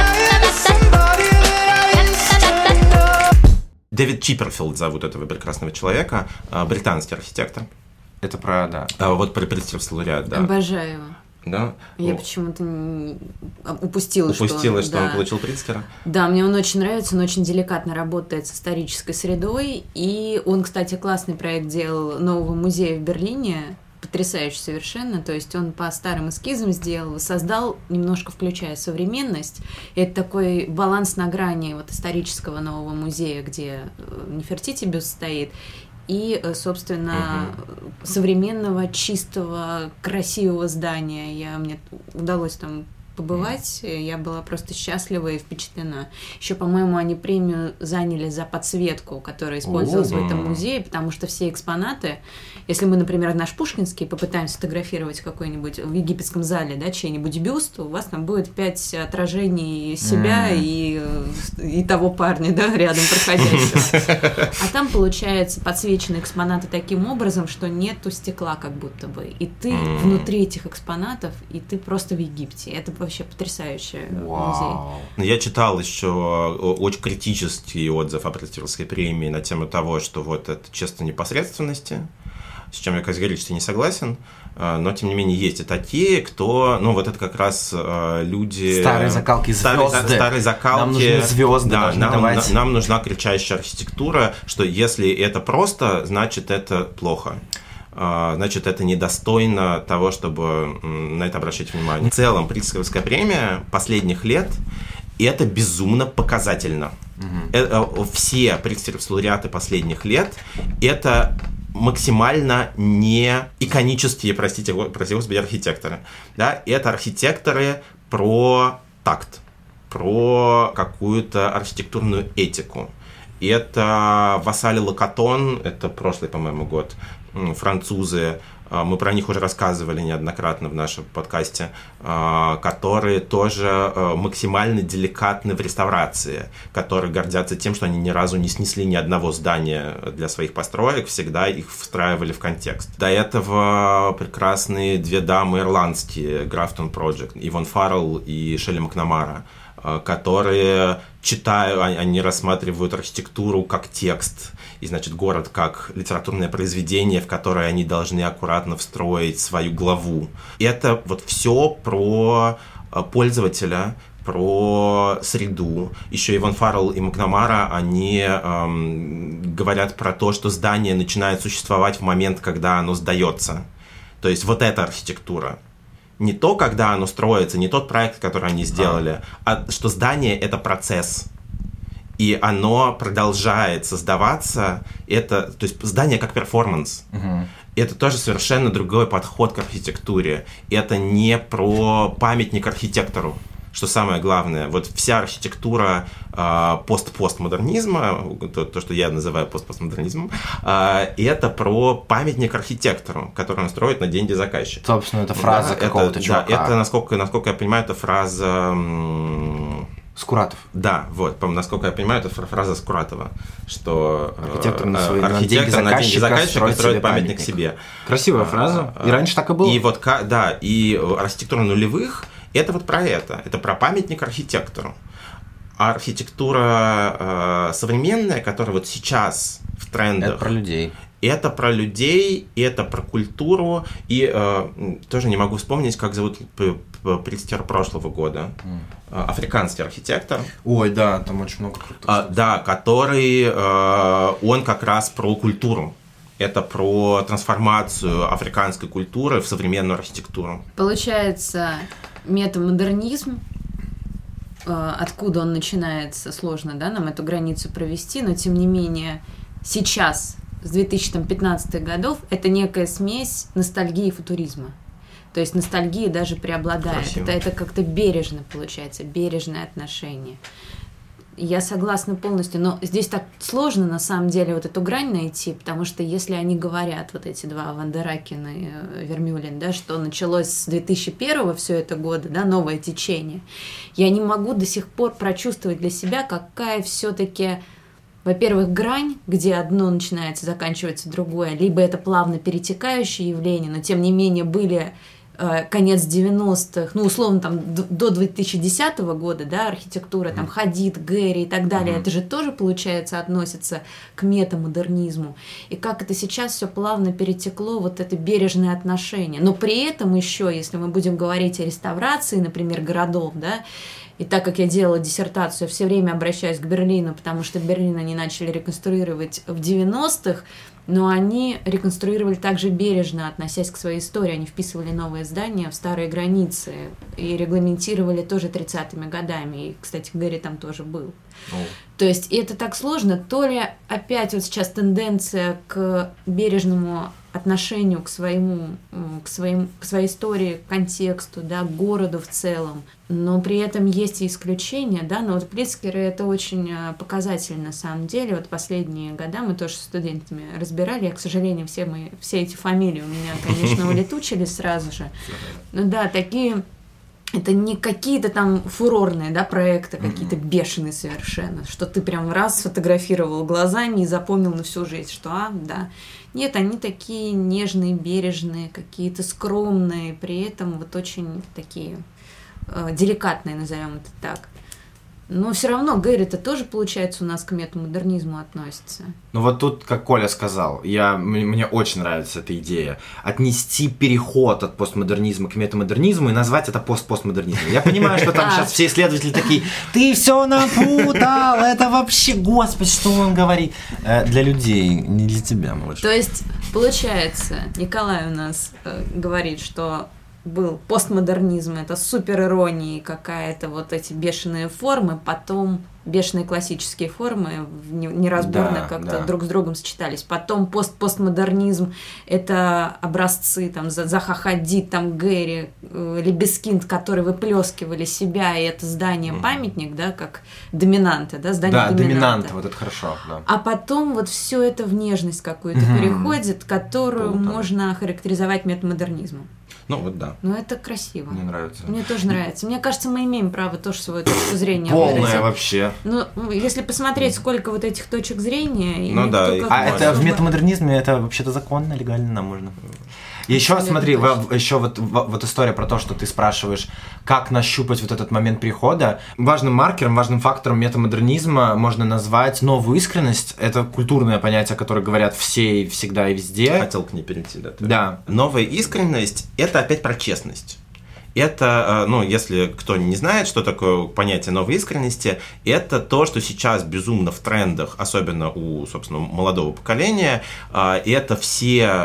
Дэвид Чипперфилд зовут этого прекрасного человека, британский архитектор. Это про, да. Вот про Притцкерский лауреат, да. Обожаю его. Да? Я почему-то упустила, что он получил Притцкера. Да, мне он очень нравится, он очень деликатно работает с исторической средой, и он, кстати, классный проект делал нового музея в Берлине, потрясающе совершенно, то есть он по старым эскизам сделал, создал, немножко включая современность, это такой баланс на грани вот исторического нового музея, где Нефертити бюст стоит, и, собственно, современного, чистого, красивого здания. Мне удалось там побывать, я была просто счастлива и впечатлена. Еще, по-моему, они премию заняли за подсветку, которая использовалась в этом музее, потому что все экспонаты, если мы, например, наш Пушкинский попытаемся сфотографировать какой-нибудь в египетском зале, да, чей-нибудь бюст, у вас там будет 5 отражений себя и того парня, да, рядом проходящего. А там, получается, подсвечены экспонаты таким образом, что нету стекла как будто бы. И ты внутри этих экспонатов, и ты просто в Египте. Это вообще потрясающий музей. Я читал еще очень критический отзыв о Притцкерской премии на тему того, что вот это чисто непосредственности, с чем я категорически не согласен, но тем не менее есть и такие, кто, ну вот это как раз люди... Старые закалки, звезды. Старые закалки. Нам нужны звезды. Да, нам нужна кричащая архитектура, что если это просто, значит это плохо. Значит, это недостойно того, чтобы на это обращать внимание. В целом, Притцкерская премия последних лет – это безумно показательно. Все Притцкерские лауреаты последних лет – это максимально не иконические, простите господи, архитекторы. Да? Это архитекторы про такт, про какую-то архитектурную этику. Это Вассали Лакатон, это прошлый, по-моему, год, французы, мы про них уже рассказывали неоднократно в нашем подкасте, которые тоже максимально деликатны в реставрации, которые гордятся тем, что они ни разу не снесли ни одного здания для своих построек, всегда их встраивали в контекст. До этого прекрасные две дамы ирландские, Grafton Project, Ивон Фаррелл и Шелли Макнамара, которые читают, они рассматривают архитектуру как текст, и, значит, город как литературное произведение, в которое они должны аккуратно встроить свою главу. И это вот все про пользователя, про среду. Еще Ивон Фаррелл и Макнамара, они говорят про то, что здание начинает существовать в момент, когда оно сдается. То есть вот эта архитектура. Не то, когда оно строится, не тот проект, который они сделали, а что здание – это процесс. И оно продолжает создаваться. Это, то есть здание как перформанс. Это тоже совершенно другой подход к архитектуре. Это не про памятник архитектору, что самое главное. Вот вся архитектура постмодернизма, то, что я называю постмодернизмом, это про памятник архитектору, который он строит на деньги заказчика. Собственно, это фраза какого-то чувака. Да, это, насколько я понимаю, это фраза... Скуратов. Да, вот, насколько я понимаю, это фраза Скуратова, что архитектор на деньги заказчика строит памятник себе. Красивая фраза, и раньше так и было. И вот, да, и архитектура нулевых – это вот про это про памятник архитектору. А архитектура современная, которая вот сейчас в трендах… Это про людей. Это про людей, это про культуру, и тоже не могу вспомнить, как зовут Притцкера прошлого года. Африканский архитектор. Ой, да, там очень много крутых. Да, который, он как раз про культуру. Это про трансформацию африканской культуры в современную архитектуру. Получается, метамодернизм откуда он начинается, сложно, да, нам эту границу провести, но тем не менее сейчас, с 2015 годов, это некая смесь ностальгии и футуризма. То есть ностальгия даже преобладает. Это как-то бережно получается, бережное отношение. Я согласна полностью, но здесь так сложно на самом деле вот эту грань найти, потому что если они говорят, вот эти два, Вандеракин и Вермюлен, да, что началось с 2001 все это года, да, новое течение, я не могу до сих пор прочувствовать для себя, какая все-таки, во-первых, грань, где одно начинается, заканчивается другое, либо это плавно перетекающее явление, но тем не менее были конец 90-х, ну, условно, там, до 2010 года, да, архитектура, там, Хадид, Гэри и так далее, это же тоже, получается, относится к метамодернизму. И как это сейчас все плавно перетекло, вот это бережное отношение. Но при этом еще, если мы будем говорить о реставрации, например, городов, да, и так как я делала диссертацию, я все время обращаюсь к Берлину, потому что Берлин они начали реконструировать в 90-х, но они реконструировали также бережно, относясь к своей истории. Они вписывали новые здания в старые границы и регламентировали тоже 30-ми годами. И, кстати, Гэри там тоже был. То есть это так сложно. То ли опять вот сейчас тенденция к бережному отношению к своей истории, к контексту, да, к городу в целом. Но при этом есть и исключения, да, но вот Прицкеры это очень показательно на самом деле. Вот последние года мы тоже с студентами разбирали, я, к сожалению, все эти фамилии у меня, конечно, улетучились сразу же. Ну да, такие... Это не какие-то там фурорные, да, проекты, какие-то бешеные совершенно, что ты прям раз сфотографировал глазами и запомнил на всю жизнь, что да. Нет, они такие нежные, бережные, какие-то скромные, при этом вот очень такие деликатные, назовем это так. Но все равно Гэри-то тоже, получается, у нас к метамодернизму относится. Ну вот тут, как Коля сказал, мне очень нравится эта идея. Отнести переход от постмодернизма к метамодернизму и назвать это постмодернизмом. Я понимаю, что там сейчас все исследователи такие: ты все напутал, это вообще, господи, что он говорит. Для людей, не для тебя, малыш. То есть, получается, Николай у нас говорит, что был постмодернизм, это суперирония какая-то, вот эти бешеные формы, потом бешеные классические формы неразборно как-то друг с другом сочетались. Потом постмодернизм, это образцы, там, Заха Хадид, там, Гэри, Лебескинд, которые выплескивали себя, и это здание-памятник, да, как доминанта, да, здание доминанта. Да, доминанта, вот это хорошо, да. А потом вот все это в нежность какую-то переходит, которую можно охарактеризовать метамодернизмом. Ну вот да. Ну это красиво. Мне нравится. Мне тоже нравится. Мне кажется, мы имеем право тоже свою точку зрения выразить. Полное вообще. Ну, если посмотреть, сколько вот этих точек зрения... Ну да. Это в метамодернизме, это вообще-то законно, легально нам можно... Еще смотри, еще вот история про то, что ты спрашиваешь, как нащупать вот этот момент перехода. Важным маркером, важным фактором метамодернизма можно назвать новую искренность. Это культурное понятие, которое говорят все, всегда и везде. Хотел к ней перейти, да. Да. Новая искренность – это опять про честность. Это, ну, если кто не знает, что такое понятие новой искренности, это то, что сейчас безумно в трендах, особенно у, собственно, молодого поколения. И это все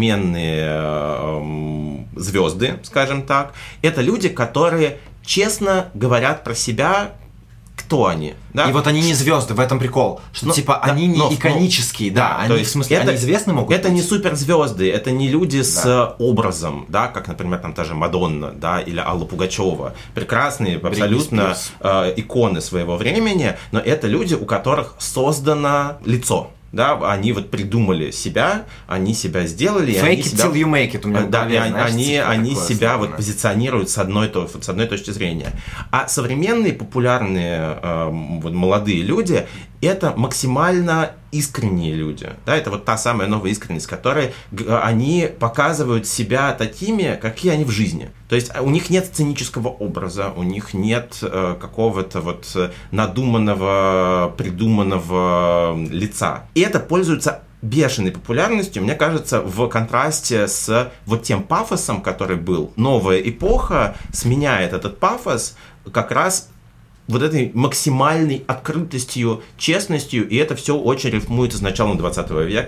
современные звезды, скажем так. Это люди, которые честно говорят про себя, кто они. Да? И вот они не звезды, в этом прикол. Что типа они не иконические, они в смысле, они известны могут быть. Это не суперзвезды, это не люди с образом, да, как, например, там та же Мадонна, да, или Алла Пугачева. Прекрасные, абсолютно иконы своего времени, но это люди, у которых создано лицо. Да, они вот придумали себя, они себя сделали. Fake it till you make it. У меня да, они себя вот позиционируют с одной точки зрения. А современные популярные вот, молодые люди – это максимально искренние люди. Да, это вот та самая новая искренность, которой они показывают себя такими, какие они в жизни. То есть у них нет сценического образа, у них нет какого-то вот надуманного, придуманного лица. И это пользуется бешеной популярностью, мне кажется, в контрасте с вот тем пафосом, который был. Новая эпоха сменяет этот пафос как раз вот этой максимальной открытостью, честностью, и это все очень рифмуется с началом 20 века.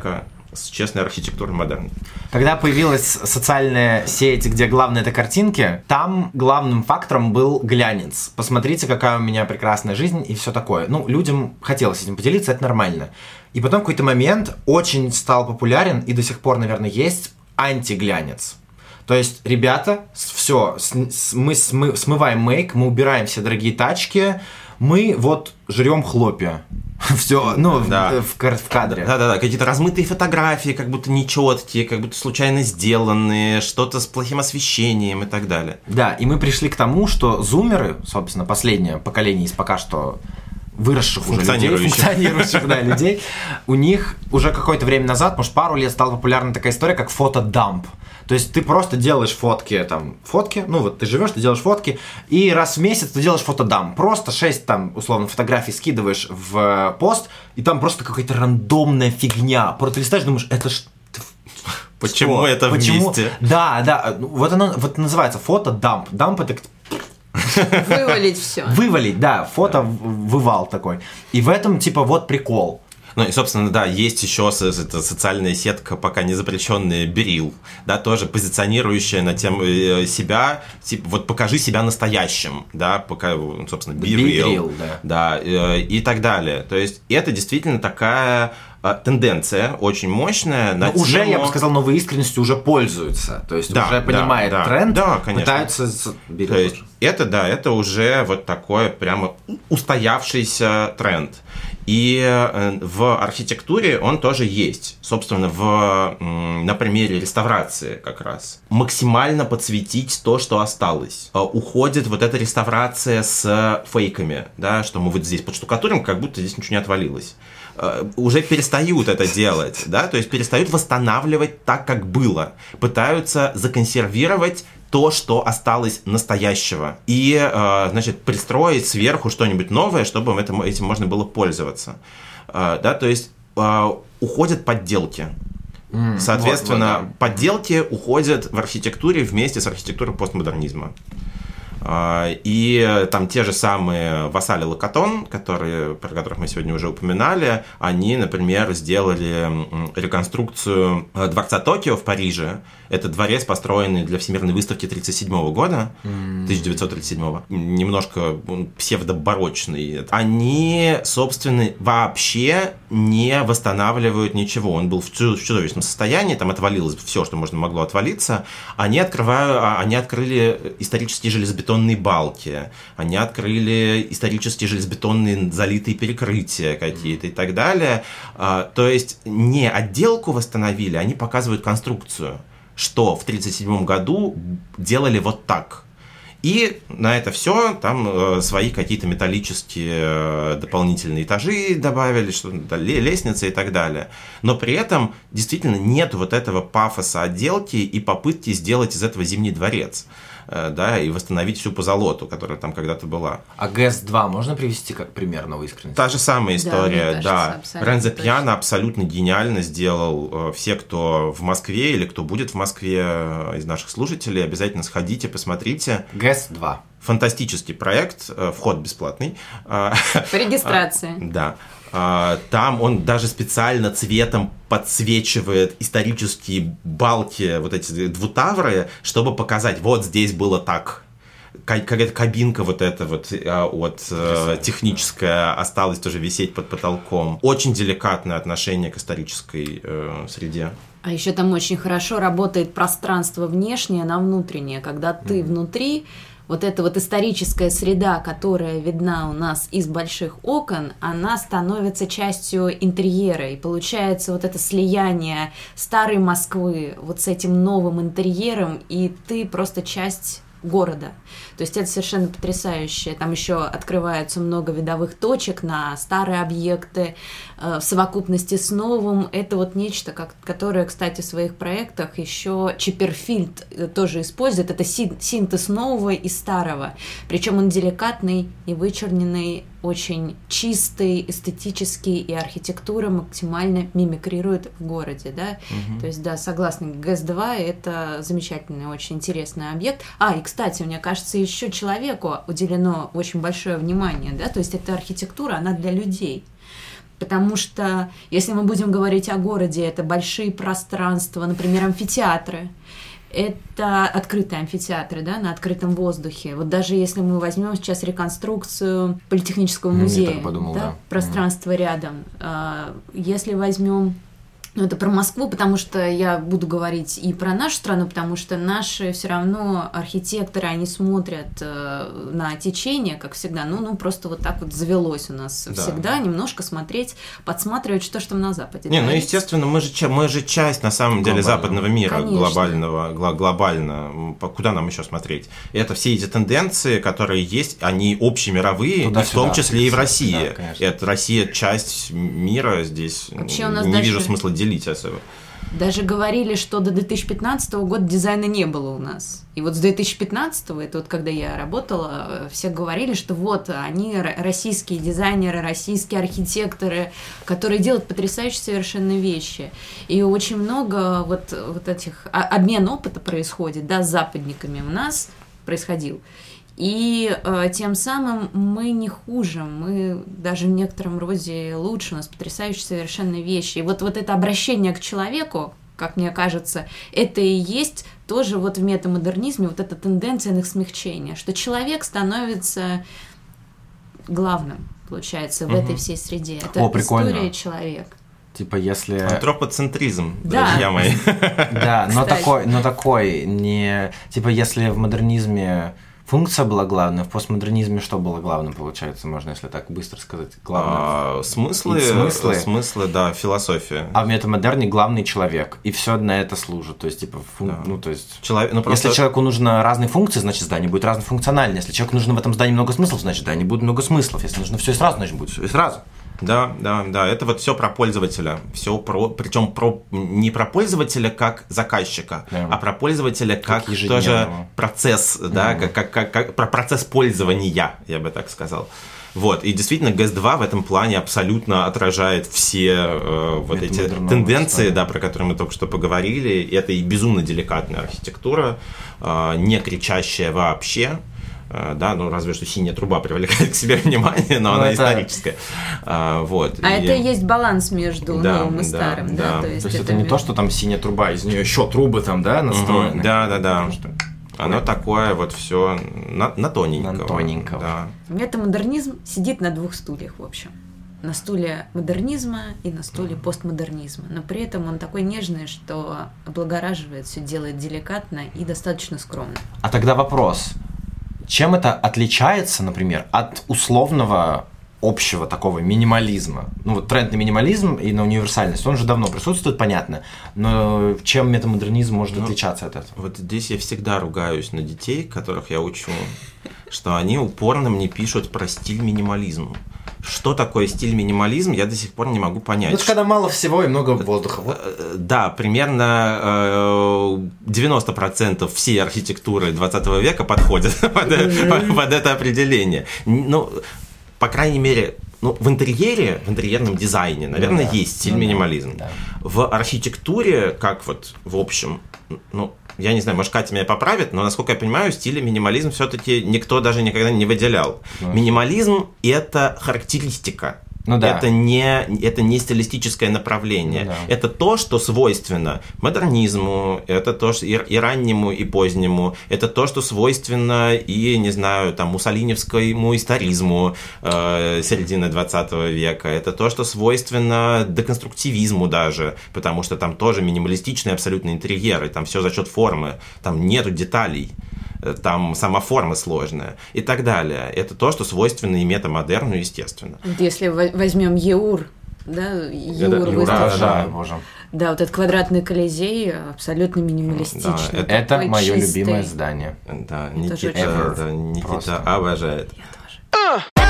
с честной архитектурой модерн. Когда появилась социальная сеть, где главное это картинки, там главным фактором был глянец. Посмотрите, какая у меня прекрасная жизнь и все такое. Ну, людям хотелось этим поделиться, это нормально. И потом в какой-то момент очень стал популярен, и до сих пор, наверное, есть антиглянец. То есть, ребята, все, мы смываем мейк, мы убираем все дорогие тачки, мы вот жрем хлопья. Все, ну, да. в кадре. Да-да-да, какие-то размытые фотографии, как будто нечеткие, как будто случайно сделанные, что-то с плохим освещением и так далее. Да, и мы пришли к тому, что зумеры, собственно, последнее поколение из пока что выросших уже людей, функционирующих людей, у них уже какое-то время назад, может, пару лет стала популярна такая история, как фотодамп. То есть ты просто делаешь фотки, ну вот ты живешь, ты делаешь фотки, и раз в месяц ты делаешь фотодамп. Просто 6 условно фотографий скидываешь в пост, и там просто какая-то рандомная фигня. Просто ты листаешь, думаешь, это ж... Почему что? Это вместе? Да, вот оно вот называется фотодамп. Дамп это... Вывалить все. Вывалить, да, фото-вывал такой. И в этом, типа, вот прикол. Ну и, собственно, да, есть еще эта социальная сетка, пока не запрещенная, Берил, да, тоже позиционирующая на тему себя, типа, вот покажи себя настоящим, да, пока, собственно, be real, да, и так далее. То есть это действительно такая тенденция очень мощная. Но уже, я бы сказал, новой искренностью уже пользуются, то есть уже понимает тренд, пытаются... То есть это уже вот такой прямо устоявшийся тренд. И в архитектуре он тоже есть. Собственно, на примере реставрации как раз. Максимально подсветить то, что осталось. Уходит вот эта реставрация с фейками, да, что мы вот здесь подштукатурим, как будто здесь ничего не отвалилось. Уже перестают это делать, да, то есть перестают восстанавливать так, как было. Пытаются законсервировать то, что осталось настоящего, и, значит, пристроить сверху что-нибудь новое, чтобы этим можно было пользоваться. Да, то есть уходят подделки. Соответственно, подделки уходят в архитектуре вместе с архитектурой постмодернизма. И там те же самые Вассаль и Лакатон, про которых мы сегодня уже упоминали, они, например, сделали реконструкцию дворца Токио в Париже. Это дворец, построенный для Всемирной выставки 1937 года, 1937, немножко псевдобарочный. Они, собственно, вообще не восстанавливают ничего. Он был в чудовищном состоянии, там отвалилось все, что могло отвалиться. Они открыли исторические железобетонные балки, они открыли исторические железобетонные залитые перекрытия какие-то и так далее. То есть не отделку восстановили, они показывают конструкцию, что в 1937 году делали вот так. И на это все там свои какие-то металлические дополнительные этажи добавили, лестницы и так далее. Но при этом действительно нет вот этого пафоса отделки и попытки сделать из этого Зимний дворец, да, и восстановить всю позолоту, которая там когда-то была. А ГЭС-2 можно привести как пример новой искренности? Та же самая история, да. Рензо Пьяно абсолютно гениально сделал. Все, кто в Москве или кто будет в Москве из наших слушателей, обязательно сходите, посмотрите. ГЭС-2. Фантастический проект, вход бесплатный. По регистрации. Да. Там он даже специально цветом подсвечивает исторические балки, вот эти двутавры, чтобы показать, вот здесь было так. Какая-то кабинка вот эта вот техническая осталась тоже висеть под потолком. Очень деликатное отношение к исторической среде. А еще там очень хорошо работает пространство внешнее на внутреннее, когда ты внутри. Вот эта вот историческая среда, которая видна у нас из больших окон, она становится частью интерьера. И получается вот это слияние старой Москвы вот с этим новым интерьером, и ты просто часть города. То есть это совершенно потрясающе. Там еще открывается много видовых точек на старые объекты в совокупности с новым. Это вот нечто, которое, кстати, в своих проектах еще Чипперфильд тоже использует. Это синтез нового и старого. Причем он деликатный и вычерненный, очень чистый, эстетический, и архитектура максимально мимикрирует в городе, да. То есть, да, согласна, ГЭС-2 – это замечательный, очень интересный объект. И, кстати, мне кажется, еще человеку уделено очень большое внимание, да, то есть эта архитектура, она для людей. Потому что, если мы будем говорить о городе, это большие пространства, например, амфитеатры. Это открытые амфитеатры, да, на открытом воздухе. Вот даже если мы возьмем сейчас реконструкцию Политехнического музея, я так подумал, да. Пространство рядом. Если возьмем... Ну, это про Москву, потому что я буду говорить и про нашу страну, потому что наши все равно архитекторы, они смотрят на течение, как всегда, ну, просто вот так вот завелось у нас всегда, немножко смотреть, подсматривать, что там на Западе. Не, ну, естественно, мы же часть, на самом деле, западного мира, глобально. Куда нам еще смотреть? И это все эти тенденции, которые есть, они общемировые, и в том числе и в России. Да, это Россия часть мира, здесь вообще у нас не вижу смысла делить особо. Даже говорили, что до 2015 года дизайна не было у нас. И вот с 2015, это вот когда я работала, все говорили, что вот они российские дизайнеры, российские архитекторы, которые делают потрясающие совершенно вещи. И очень много вот этих... Обмен опыта происходит, да, с западниками у нас происходил. И тем самым мы не хуже, мы даже в некотором роде лучше, у нас потрясающие совершенно вещи. И вот это обращение к человеку, как мне кажется, это и есть тоже вот в метамодернизме вот эта тенденция на их смягчение, что человек становится главным, получается, в этой всей среде. Это история человека. Типа, если... Антропоцентризм, друзья мои. Да, но такой не... Типа, если в модернизме функция была главной, в постмодернизме что было главным, получается, можно, если так быстро сказать? Главное... Смыслы, да, философия. А в метамодерне главный человек, и все на это служит. То есть, типа, если человеку нужно разные функции, значит, здание будет разнофункциональное. Если человеку нужно в этом здании много смыслов, значит, здание будет много смыслов. Если нужно все и сразу, значит, будет все и сразу. Да, это вот все про пользователя, причем не про пользователя как заказчика, а про пользователя как тоже процесс, да, как про процесс пользования, я бы так сказал. Вот, и действительно GES-2 в этом плане абсолютно отражает все вот эти тенденции, да, про которые мы только что поговорили. Это и безумно деликатная архитектура, не кричащая вообще. Да, ну разве что синяя труба привлекает к себе внимание, но она историческая. Вот. Это и есть баланс между новым и старым, да? То есть это не то, что там синяя труба, из нее еще трубы там, да, настроены. Да. Оно такое вот все на тоненького. Да. Метамодернизм сидит на двух стульях, в общем. На стуле модернизма и на стуле постмодернизма. Но при этом он такой нежный, что облагораживает, все делает деликатно и достаточно скромно. А тогда вопрос. Чем это отличается, например, от условного общего такого минимализма? Ну вот тренд на минимализм и на универсальность, он же давно присутствует, понятно, но чем метамодернизм может отличаться от этого? Вот здесь я всегда ругаюсь на детей, которых я учу, что они упорно мне пишут про стиль минимализма. Что такое стиль минимализм, я до сих пор не могу понять. Это когда мало всего и много воздуха. Да, примерно 90% всей архитектуры 20 века подходят под это определение. Ну, по крайней мере, в интерьере, в интерьерном дизайне, наверное, есть стиль минимализм. Да. В архитектуре, как вот в общем, я не знаю, может, Катя меня поправит, но, насколько я понимаю, стиль минимализм все-таки никто даже никогда не выделял. Минимализм – это характеристика. Это не стилистическое направление. Это то, что свойственно модернизму, это то, что и раннему, и позднему, это то, что свойственно и, не знаю, там, муссолиневскому историзму середины 20 века, это то, что свойственно деконструктивизму даже, потому что там тоже минималистичные абсолютно интерьеры, там все за счет формы, там нету деталей. Там сама форма сложная и так далее. Это то, что свойственно и метамодерну, естественно. Если возьмем Eur, да, Eur выставка. Да, вот этот квадратный Колизей абсолютно минималистичный. Да, это мое любимое здание. Да, Никита обожает. Я тоже.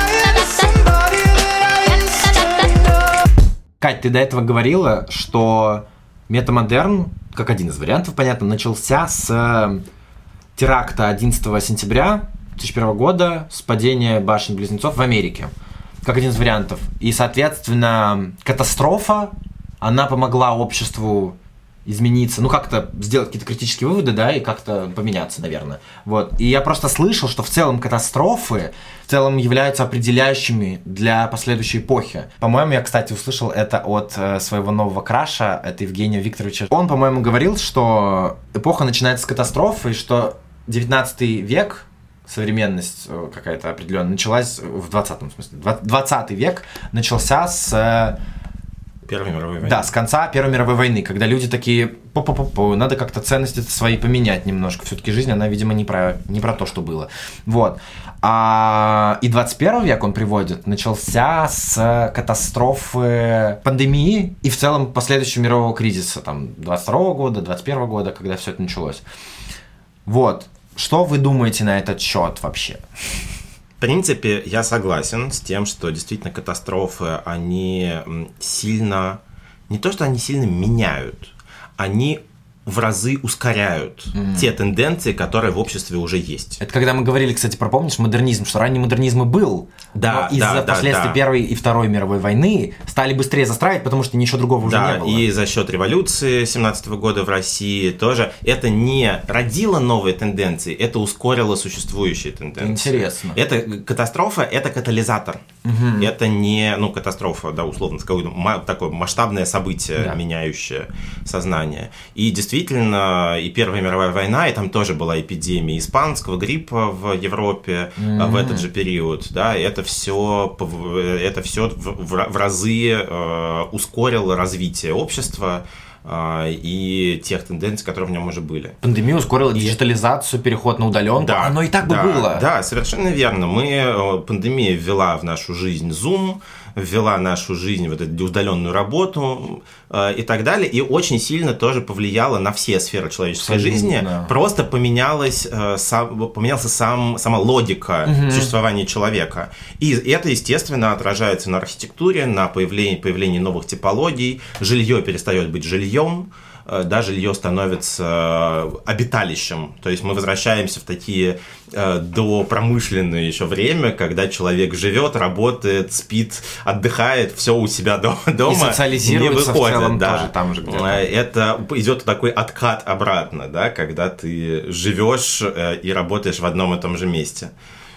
Кать, ты до этого говорила, что метамодерн, как один из вариантов, понятно, начался с теракта 11 сентября 2001 года, с падения башен-близнецов в Америке, как один из вариантов. И, соответственно, катастрофа, она помогла обществу измениться, ну, как-то сделать какие-то критические выводы, да, и как-то поменяться, наверное. Вот. И я просто слышал, что в целом катастрофы в целом являются определяющими для последующей эпохи. По-моему, я, кстати, услышал это от своего нового краша, это Евгения Викторовича. Он, по-моему, говорил, что эпоха начинается с катастрофы, и что 19 век, современность какая-то определенная, началась в 20-м смысле. 20 век начался с... Первой мировой войны. Да, с конца Первой мировой войны, когда люди такие, надо как-то ценности свои поменять немножко. Все-таки жизнь, она, видимо, не про то, что было. Вот. И 21 век он приводит, начался с катастрофы пандемии и в целом последующего мирового кризиса, там, 22 года, 21 года, когда все это началось. Вот. Что вы думаете на этот счет вообще? В принципе, я согласен с тем, что действительно катастрофы, они сильно, не то что они сильно меняют, они в разы ускоряют те тенденции, которые в обществе уже есть. Это когда мы говорили, кстати, помнишь, модернизм, что ранний модернизм и был, но из-за последствий Первой и Второй мировой войны стали быстрее застраивать, потому что ничего другого уже не было. И за счет революции 17 года в России тоже это не родило новые тенденции, это ускорило существующие тенденции. Интересно. Это катастрофа, это катализатор. Это не, катастрофа, да, условно, такое масштабное событие, меняющее сознание. И действительно, и Первая мировая война, и там тоже была эпидемия испанского гриппа в Европе в этот же период, да, и это все в разы ускорило развитие общества и тех тенденций, которые в нем уже были. Пандемия ускорила диджитализацию, переход на удаленку, да, оно и так бы было. Да, совершенно верно. Пандемия ввела в нашу жизнь Zoom, ввела нашу жизнь в эту удаленную работу и так далее, и очень сильно тоже повлияла на все сферы человеческой жизни. Да. Просто поменялась сама логика существования человека. И это, естественно, отражается на архитектуре, на появлении новых типологий. Жилье перестает быть жильем. Да, жилье становится обиталищем. То есть мы возвращаемся в такие допромышленное еще время, когда человек живет, работает, спит, отдыхает, все у себя дома, и социализируется не выходит, в целом да. тоже там же где-то. Это идет такой откат обратно, да, когда ты живешь и работаешь в одном и том же месте.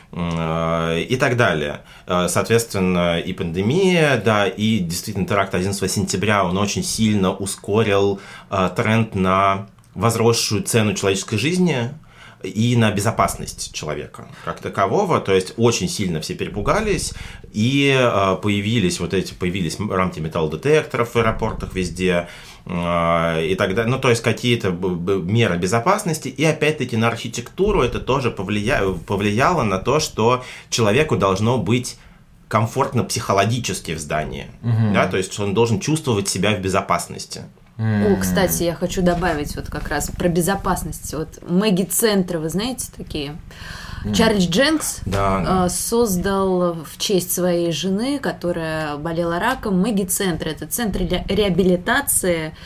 И так далее. Соответственно, и пандемия, да, и действительно теракт 11 сентября, он очень сильно ускорил тренд на возросшую цену человеческой жизни и на безопасность человека как такового. То есть очень сильно все перепугались, и появились рамки металлодетекторов в аэропортах везде, и так далее. То есть какие-то меры безопасности, и опять-таки на архитектуру это тоже повлияло на то, что человеку должно быть комфортно психологически в здании, да, то есть он должен чувствовать себя в безопасности. Кстати, я хочу добавить вот как раз про безопасность. Вот Мэгги-центры, вы знаете, такие? Чарльз Дженкс создал в честь своей жены, которая болела раком, Мэгги-центр. Это центр реабилитации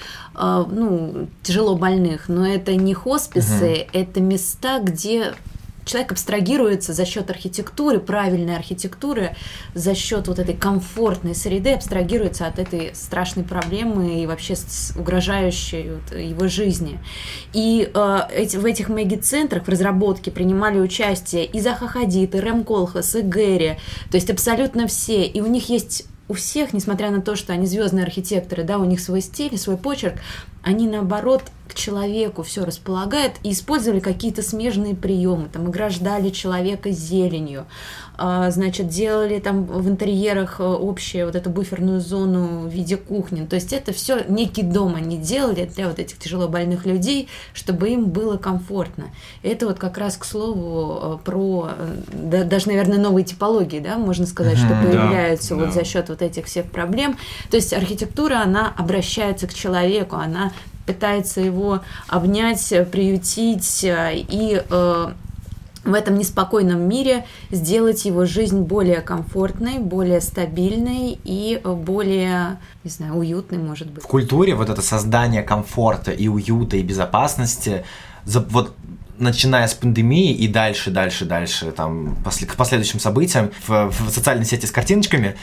тяжело больных, но это не хосписы, это места, где человек абстрагируется за счет архитектуры, правильной архитектуры, за счет вот этой комфортной среды, абстрагируется от этой страшной проблемы и вообще угрожающей его жизни. И в этих мега-центрах в разработке принимали участие и Заха Хадид, и Рэм Колхас, и Гэри, то есть абсолютно все. И у них есть... У всех, несмотря на то, что они звездные архитекторы, да, у них свой стиль, свой почерк, они, наоборот, к человеку все располагают и использовали какие-то смежные приемы, там, ограждали человека зеленью, значит, делали там в интерьерах общую вот эту буферную зону в виде кухни. То есть это все некий дом они делали для вот этих тяжело больных людей, чтобы им было комфортно. Это вот как раз, к слову, про даже, наверное, новые типологии, да, можно сказать, что появляются вот за счет вот этих всех проблем. То есть архитектура, она обращается к человеку, она пытается его обнять, приютить и в этом неспокойном мире сделать его жизнь более комфортной, более стабильной и более, не знаю, уютной, может быть. В культуре вот это создание комфорта и уюта и безопасности, вот начиная с пандемии и дальше, там, к последующим событиям в социальной сети с картиночками,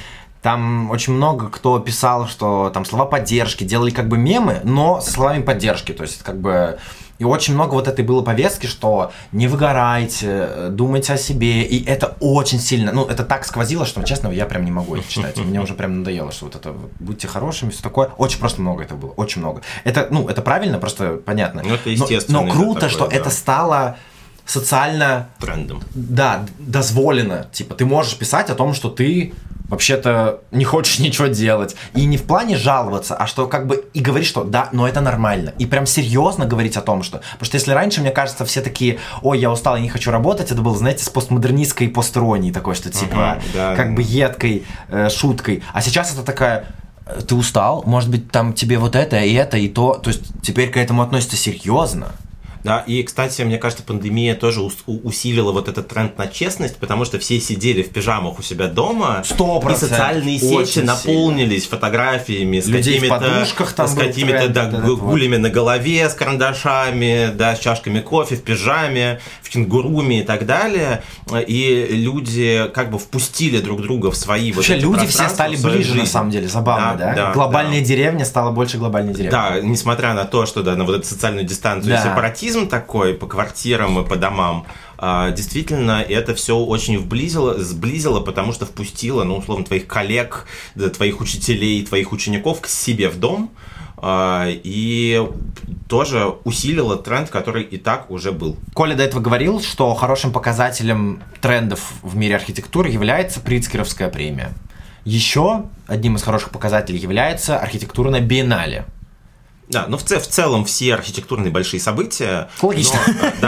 Там очень много кто писал, что там слова поддержки, делали как бы мемы, но со словами поддержки, то есть как бы... И очень много вот этой было повестки, что не выгорайте, думайте о себе, и это очень сильно, ну, это так сквозило, что, честно, я прям не могу это читать, мне уже прям надоело, что вот это, будьте хорошими, все такое, очень просто много это было, очень много. Это, ну, это правильно, просто понятно. Ну, это естественно. Но круто, такое, что да. это стало социально... Трендом. Да, дозволено, типа, ты можешь писать о том, что ты... вообще-то не хочешь ничего делать. И не в плане жаловаться, а что как бы и говорить, что да, но это нормально. И прям серьезно говорить о том, что... Потому что если раньше, мне кажется, все такие, ой, я устал, я не хочу работать, это было, знаете, с постмодернистской постиронией такой, что типа, как бы едкой шуткой. А сейчас это такая... Ты устал? Может быть, там тебе вот это, и то. То есть теперь к этому относятся серьезно. Да, и, кстати, мне кажется, пандемия тоже усилила вот этот тренд на честность, потому что все сидели в пижамах у себя дома, 100%. И социальные сети наполнились фотографиями с какими-то гулями на голове, с карандашами, да, с чашками кофе, в пижаме, в кенгуруме и так далее. И люди как бы впустили друг друга в свои вообще, вот эти люди все стали ближе, жизнь. На самом деле, забавно, да? Глобальная деревня стала больше глобальной деревни. Да, несмотря на то, что да, на вот эту социальную дистанцию и сепаратизм такой по квартирам и по домам, действительно, это все очень сблизило, потому что впустило, ну, условно, твоих коллег, твоих учителей, твоих учеников к себе в дом, и тоже усилило тренд, который и так уже был. Коля до этого говорил, что хорошим показателем трендов в мире архитектуры является Прицкеровская премия. Еще одним из хороших показателей является архитектурная биеннале. Да, ну в целом все архитектурные большие события. Логично.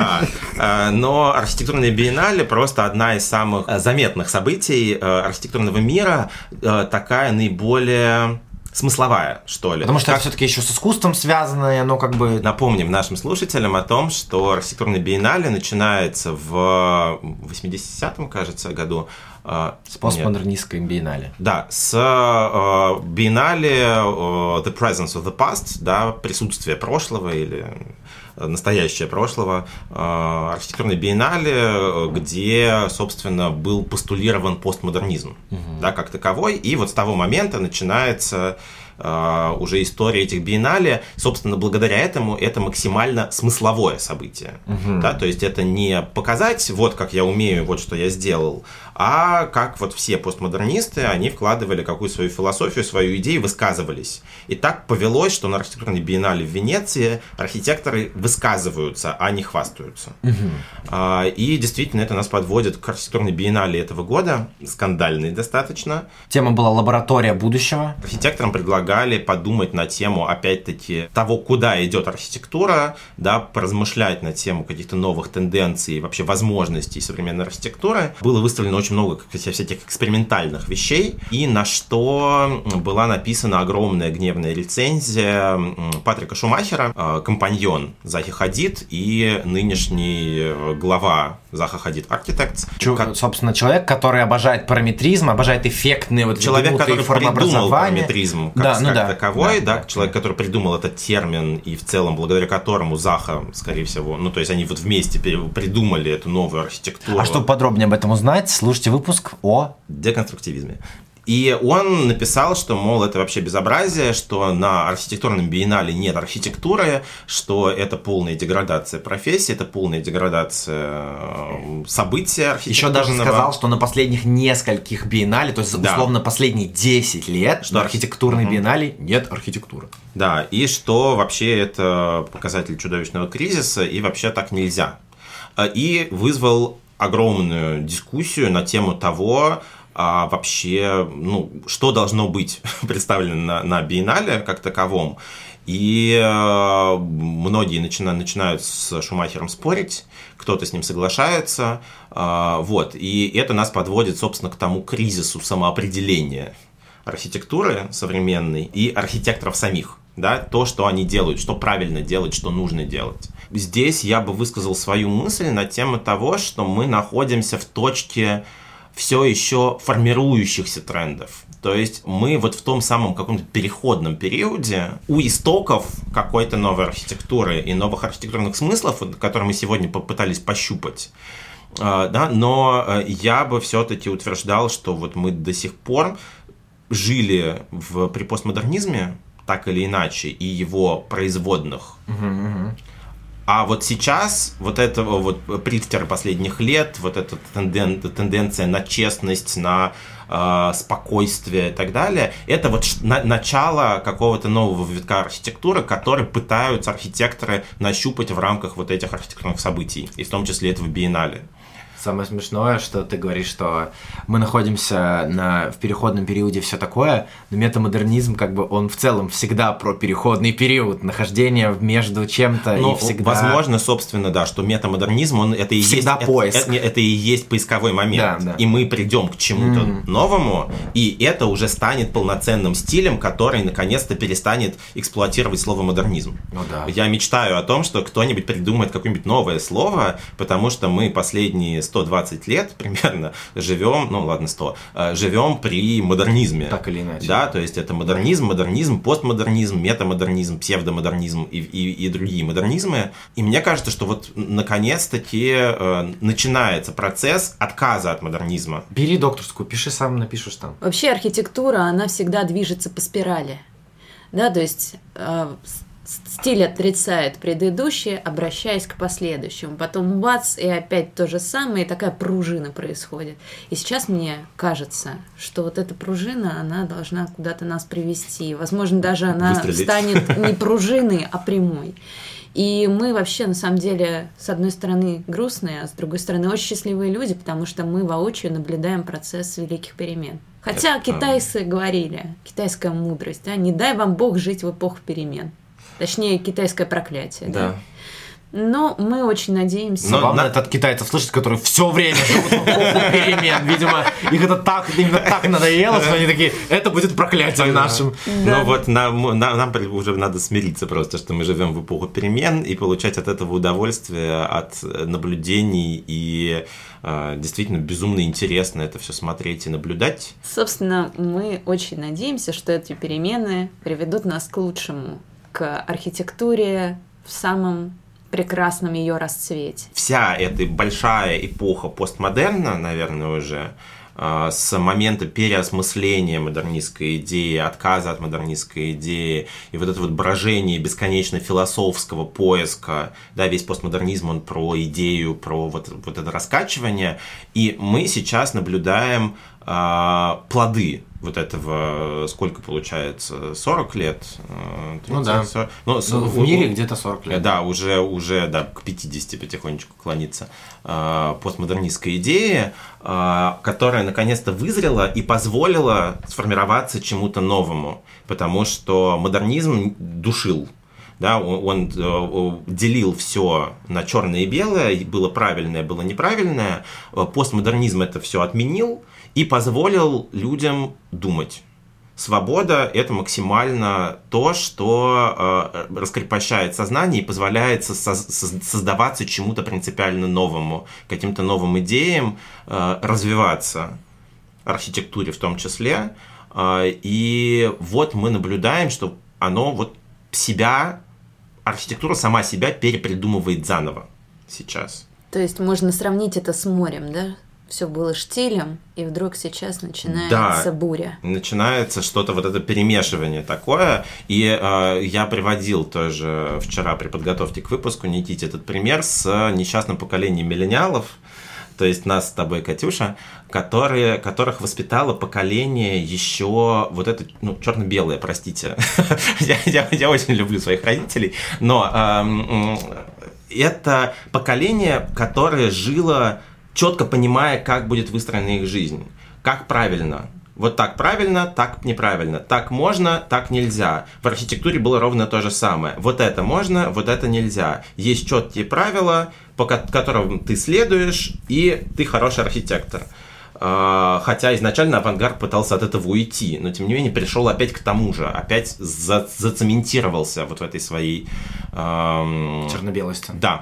Но архитектурная биеннале просто одна из самых заметных событий архитектурного мира, такая наиболее смысловая, что ли. Потому что это все-таки еще с искусством связано, и оно как бы... Напомним нашим слушателям о том, что архитектурная биеннале начинается в 80-м, кажется, году. С постмодернистской биеннале. Да, с биеннале The Presence of the Past, да, присутствие прошлого или настоящее прошлого, архитектурной биеннале, где, собственно, был постулирован постмодернизм, да, как таковой, и вот с того момента начинается уже история этих биеннале. Собственно, благодаря этому это максимально смысловое событие. Да, то есть это не показать, вот как я умею, вот что я сделал, а как вот все постмодернисты, они вкладывали какую-то свою философию, свою идею, высказывались. И так повелось, что на архитектурной биеннале в Венеции архитекторы высказываются, а не хвастаются. И действительно это нас подводит к архитектурной биеннале этого года, скандальной достаточно. Тема была «Лаборатория будущего». Архитекторам предлагали подумать на тему, опять-таки, того, куда идет архитектура, да, поразмышлять на тему каких-то новых тенденций и вообще возможностей современной архитектуры. Было выставлено очень много всяких экспериментальных вещей, и на что была написана огромная гневная рецензия Патрика Шумахера, компаньон Захи Хадид и нынешний глава Zaha Hadid Architects. Собственно, человек, который обожает параметризм, обожает эффектные вот человек, который придумал параметризм как да, таковой, человек, который придумал этот термин и в целом благодаря которому Заха, скорее всего, ну то есть они вот вместе придумали эту новую архитектуру. А чтобы подробнее об этом узнать, слушайте выпуск о деконструктивизме. И он написал, что, мол, это вообще безобразие, что на архитектурном биеннале нет архитектуры, что это полная деградация профессии, это полная деградация события архитектурного. Еще даже сказал, что на последних нескольких биеннале, то есть условно последние 10 лет, что архитектурной биеннале нет архитектуры. Да, и что вообще это показатель чудовищного кризиса, и вообще так нельзя. И вызвал огромную дискуссию на тему того, а вообще, ну, что должно быть представлено на биеннале как таковом. И многие начинают с Шумахером спорить, кто-то с ним соглашается. Вот. И это нас подводит, собственно, к тому кризису самоопределения архитектуры современной и архитекторов самих. Да, то, что они делают, что правильно делать, что нужно делать. Здесь я бы высказал свою мысль на тему того, что мы находимся в точке все еще формирующихся трендов. То есть мы вот в том самом каком-то переходном периоде у истоков какой-то новой архитектуры и новых архитектурных смыслов, которые мы сегодня попытались пощупать. Да, но я бы все-таки утверждал, что вот мы до сих пор жили при постмодернизме, так или иначе, и его производных. А вот сейчас вот это вот Притцкер последних лет, вот эта тенденция на честность, на спокойствие и так далее, это вот начало какого-то нового витка архитектуры, который пытаются архитекторы нащупать в рамках вот этих архитектурных событий, и в том числе этого биеннале. Самое смешное, что ты говоришь, что мы находимся в переходном периоде, все такое, но метамодернизм, как бы, он в целом всегда про переходный период, нахождение между чем-то и всегда... Возможно, собственно, да, что метамодернизм, он это и всегда есть... поиск. Это и есть поисковой момент. Да. И мы придем к чему-то новому, и это уже станет полноценным стилем, который, наконец-то, перестанет эксплуатировать слово модернизм. Ну, да. Я мечтаю о том, что кто-нибудь придумает какое-нибудь новое слово, потому что мы последние 120 лет примерно живем, ну ладно, 100, живем при модернизме. Так или иначе. Да, то есть это модернизм, постмодернизм, метамодернизм, псевдомодернизм и другие модернизмы. И мне кажется, что вот наконец-таки начинается процесс отказа от модернизма. Бери докторскую, пиши сам, напишешь там. Вообще архитектура, она всегда движется по спирали. Да, то есть... Стиль отрицает предыдущий, обращаясь к последующему. Потом бац, и опять то же самое, и такая пружина происходит. И сейчас мне кажется, что вот эта пружина, она должна куда-то нас привести. Возможно, даже она станет не пружиной, а прямой. И мы вообще, на самом деле, с одной стороны грустные, а с другой стороны очень счастливые люди, потому что мы воочию наблюдаем процесс великих перемен. Хотя китайцы говорили, китайская мудрость, да, не дай вам Бог жить в эпоху перемен. Точнее, китайское проклятие. Да. Но мы очень надеемся... Но главное, это от китайцев слышать, которые все время живут в эпоху перемен. Видимо, их это именно так надоело, что они такие, это будет проклятием нашим. Но вот нам уже надо смириться просто, что мы живем в эпоху перемен и получать от этого удовольствие, от наблюдений, и действительно безумно интересно это все смотреть и наблюдать. Собственно, мы очень надеемся, что эти перемены приведут нас к лучшему, к архитектуре в самом прекрасном ее расцвете. Вся эта большая эпоха постмодерна, наверное, уже с момента переосмысления модернистской идеи, отказа от модернистской идеи, и вот это вот брожение бесконечно философского поиска, да, весь постмодернизм, он про идею, про вот это раскачивание, и мы сейчас наблюдаем плоды вот этого, сколько получается, 40 лет? 30, ну да, 40, в мире где-то 40 лет. Да, уже да, к 50 потихонечку клонится постмодернистской идеи, которая наконец-то вызрела и позволила сформироваться чему-то новому, потому что модернизм душил. Да, он делил все на черное и белое, было правильное, было неправильное. Постмодернизм это все отменил и позволил людям думать. Свобода – это максимально то, что раскрепощает сознание и позволяет создаваться чему-то принципиально новому, каким-то новым идеям, развиваться, архитектуре в том числе. И вот мы наблюдаем, что оно вот архитектура сама себя перепридумывает заново сейчас. То есть можно сравнить это с морем, да? Все было штилем, и вдруг сейчас начинается буря. Начинается что-то, вот это перемешивание такое. И я приводил тоже вчера при подготовке к выпуску, Никите, этот пример с несчастным поколением миллениалов, то есть нас с тобой, Катюша, которых воспитало поколение еще вот это, черно-белое, простите. Я очень люблю своих родителей, но это поколение, которое жило, четко понимая, как будет выстроена их жизнь, как правильно. Вот так правильно, так неправильно. Так можно, так нельзя. В архитектуре было ровно то же самое. Вот это можно, вот это нельзя. Есть четкие правила, по которым ты следуешь, и ты хороший архитектор. Хотя изначально авангард пытался от этого уйти, но тем не менее пришел опять к тому же, опять зацементировался вот в этой своей... черно-белости. Да.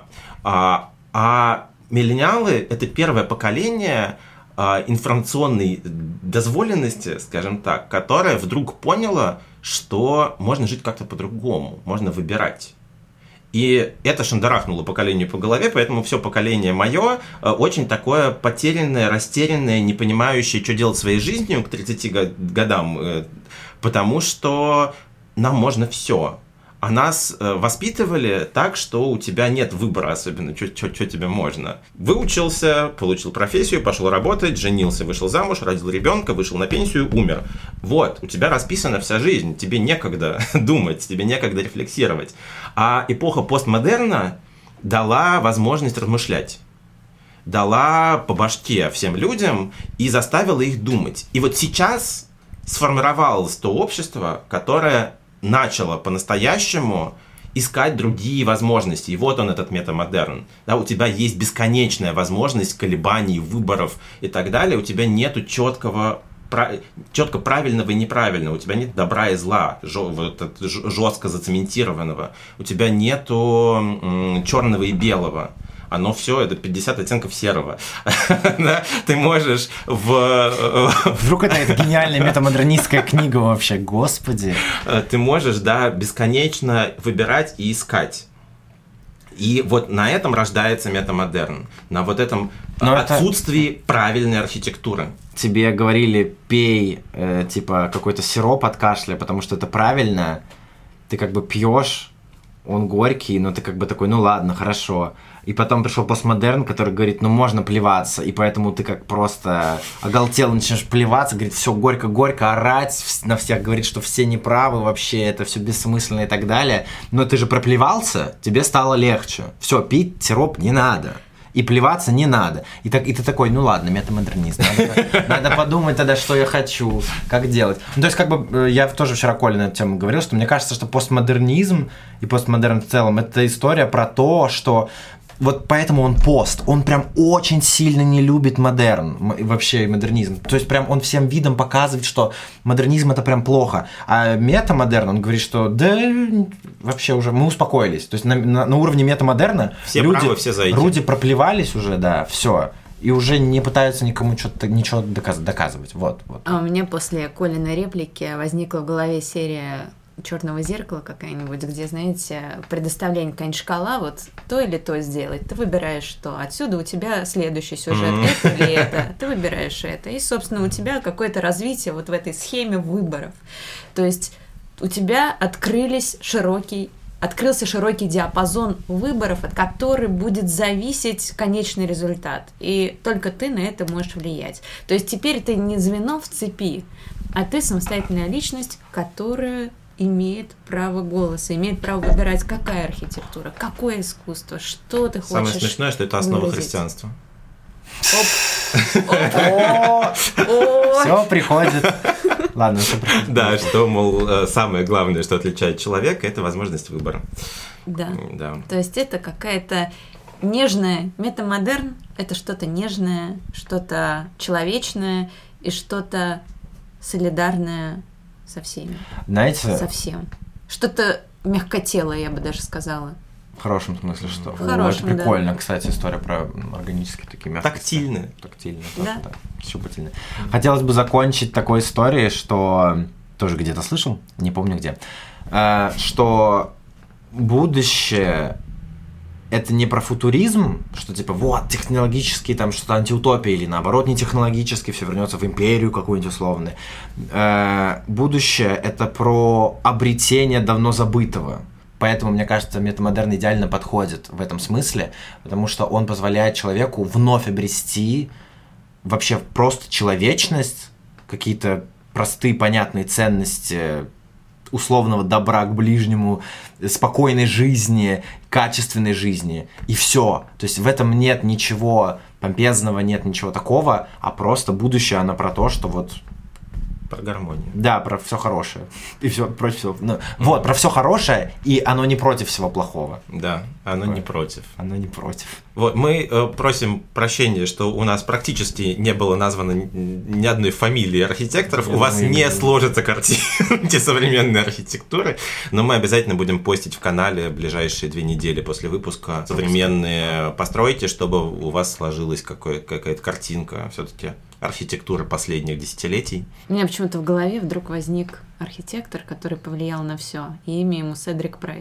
А миллениалы – это первое поколение информационной дозволенности, скажем так, которое вдруг поняло, что можно жить как-то по-другому, можно выбирать. И это шандарахнуло поколению по голове, поэтому все поколение мое очень такое потерянное, растерянное, не понимающее, что делать своей жизнью к 30 годам, потому что нам можно все. А нас воспитывали так, что у тебя нет выбора, особенно, что тебе можно. Выучился, получил профессию, пошел работать, женился, вышел замуж, родил ребенка, вышел на пенсию, умер. Вот, у тебя расписана вся жизнь, тебе некогда думать, тебе некогда рефлексировать. А эпоха постмодерна дала возможность размышлять. Дала по башке всем людям и заставила их думать. И вот сейчас сформировалось то общество, которое начало по-настоящему искать другие возможности. И вот он, этот метамодерн. Да, у тебя есть бесконечная возможность колебаний, выборов и так далее. У тебя нету четко правильного и неправильного. У тебя нет добра и зла, жестко зацементированного. У тебя нету черного и белого. Оно все, это 50 оттенков серого. Ты можешь Вдруг это гениальная метамодернистская книга вообще, господи. Ты можешь, да, бесконечно выбирать и искать. И вот на этом рождается метамодерн. На вот этом отсутствии правильной архитектуры. Тебе говорили, пей типа какой-то сироп от кашля, потому что это правильно. Ты как бы пьешь, он горький, но ты как бы такой, ну ладно, хорошо. И потом пришел постмодерн, который говорит, ну можно плеваться, и поэтому ты как просто оголтел, начинаешь плеваться, говорит, все горько-горько, орать на всех, говорит, что все неправы вообще, это все бессмысленно и так далее. Но ты же проплевался, тебе стало легче. Все, пить сироп не надо. И плеваться не надо. И ты такой, ну ладно, метамодернист. Надо подумать тогда, что я хочу, как делать. Ну, то есть, как бы, я тоже вчера Коле на эту тему говорил, что мне кажется, что постмодернизм и постмодерн в целом, это история про то, что вот поэтому он пост. Он прям очень сильно не любит модерн, вообще модернизм. То есть прям он всем видом показывает, что модернизм это прям плохо. А метамодерн, он говорит, что да, вообще уже мы успокоились. То есть на уровне метамодерна все правы, все за этим. Люди проплевались уже, да, все. И уже не пытаются никому ничего доказывать. Вот. А у меня после Колиной реплики возникла в голове серия «Черного зеркала» какая-нибудь, где, знаете, предоставление какая-нибудь шкала, вот то или то сделать. Ты выбираешь что. Отсюда у тебя следующий сюжет, это или это. Ты выбираешь это. И, собственно, у тебя какое-то развитие вот в этой схеме выборов. То есть у тебя открылся широкий диапазон выборов, от которых будет зависеть конечный результат. И только ты на это можешь влиять. То есть теперь ты не звено в цепи, а ты самостоятельная личность, которая имеет право голоса, имеет право выбирать, какая архитектура, какое искусство, что ты хочешь. Самое смешное, что это основа христианства. Все приходит. Ладно, все приходит. Да, что, мол, самое главное, что отличает человека, это возможность выбора. Да. То есть это какая-то нежная метамодерн, это что-то нежное, что-то человечное и что-то солидарное со всеми. Знаете? Совсем. Что-то мягкотелое, я бы даже сказала. В хорошем смысле, что? В хорошем, это прикольно, да. Кстати, история про органические такие мягкие. Тактильные. Да. Щупательные. Хотелось бы закончить такой историей, что тоже где-то слышал, не помню где, что будущее это не про футуризм, что типа вот технологический там что-то антиутопия или наоборот не технологический, все вернется в империю какую-нибудь условную. Будущее это про обретение давно забытого. Поэтому, мне кажется, метамодерн идеально подходит в этом смысле, потому что он позволяет человеку вновь обрести вообще просто человечность, какие-то простые, понятные ценности условного добра к ближнему, спокойной жизни, качественной жизни, и все. То есть в этом нет ничего помпезного, нет ничего такого, а просто будущее, оно про то, что вот... Про гармонию. Да, про все хорошее. И все против всего. Ну, вот, про все хорошее, и оно не против всего плохого. Да, оно не против. Оно не против. Вот, мы просим прощения, что у нас практически не было названо ни одной фамилии архитекторов. У вас не сложится картинки современной архитектуры, но мы обязательно будем постить в канале ближайшие 2 недели после выпуска современные постройки, чтобы у вас сложилась какая-то картинка все-таки архитектуры последних десятилетий. У меня почему-то в голове вдруг возник архитектор, который повлиял на все, и имя ему Седрик Прайс.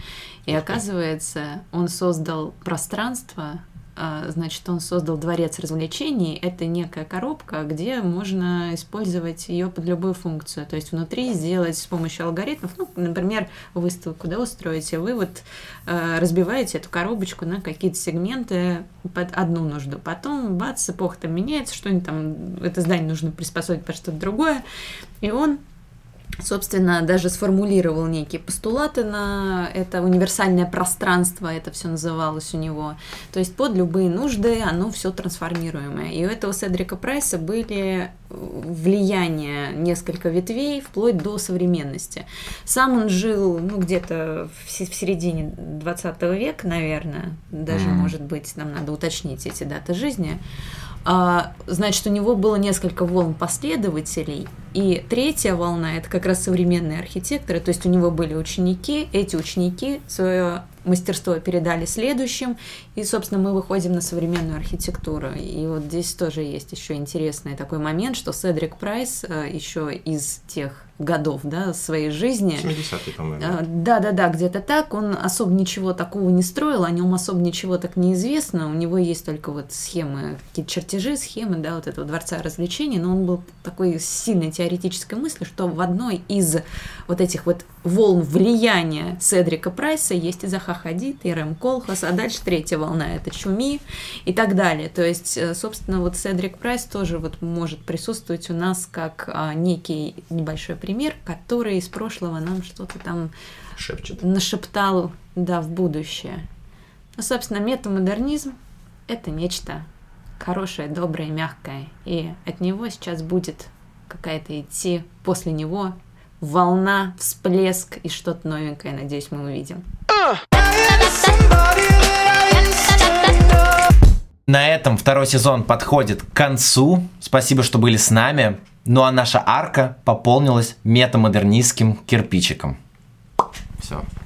И оказывается, он создал пространство, значит, он создал дворец развлечений. Это некая коробка, где можно использовать ее под любую функцию. То есть внутри сделать с помощью алгоритмов, ну, например, выставку, да, устроите, вы вот разбиваете эту коробочку на какие-то сегменты под одну нужду. Потом, бац, эпоха там меняется, что-нибудь там, это здание нужно приспособить под что-то другое. И он, собственно, даже сформулировал некие постулаты на это универсальное пространство, это все называлось у него. То есть под любые нужды оно все трансформируемое. И у этого Седрика Прайса были влияния несколько ветвей, вплоть до современности. Сам он жил, ну, где-то в середине 20 века, наверное, даже, может быть, нам надо уточнить эти даты жизни. Значит, у него было несколько волн последователей, и третья волна – это как раз современные архитекторы, то есть у него были ученики, эти ученики свое мастерство передали следующим, и, собственно, мы выходим на современную архитектуру. И вот здесь тоже есть еще интересный такой момент, что Седрик Прайс еще из тех годов, да, своей жизни. 70-е, по-моему. Да, где-то так. Он особо ничего такого не строил, о нем особо ничего так не известно. У него есть только вот схемы, какие-то чертежи, схемы, да, вот этого дворца развлечений, но он был такой с сильной теоретической мыслью, что в одной из вот этих вот волн влияния Седрика Прайса есть и Заха Хадид, и Рэм Колхас, а дальше третья волна – это Чуми и так далее. То есть, собственно, вот Седрик Прайс тоже вот может присутствовать у нас как некий небольшой пример, который из прошлого нам что-то там нашептал, да, в будущее. Ну, собственно, метамодернизм – это нечто хорошее, доброе, мягкое, и от него сейчас будет какая-то идти после него волна, всплеск и что-то новенькое, надеюсь, мы увидим. На этом второй сезон подходит к концу. Спасибо, что были с нами. Ну а наша арка пополнилась метамодернистским кирпичиком. Все.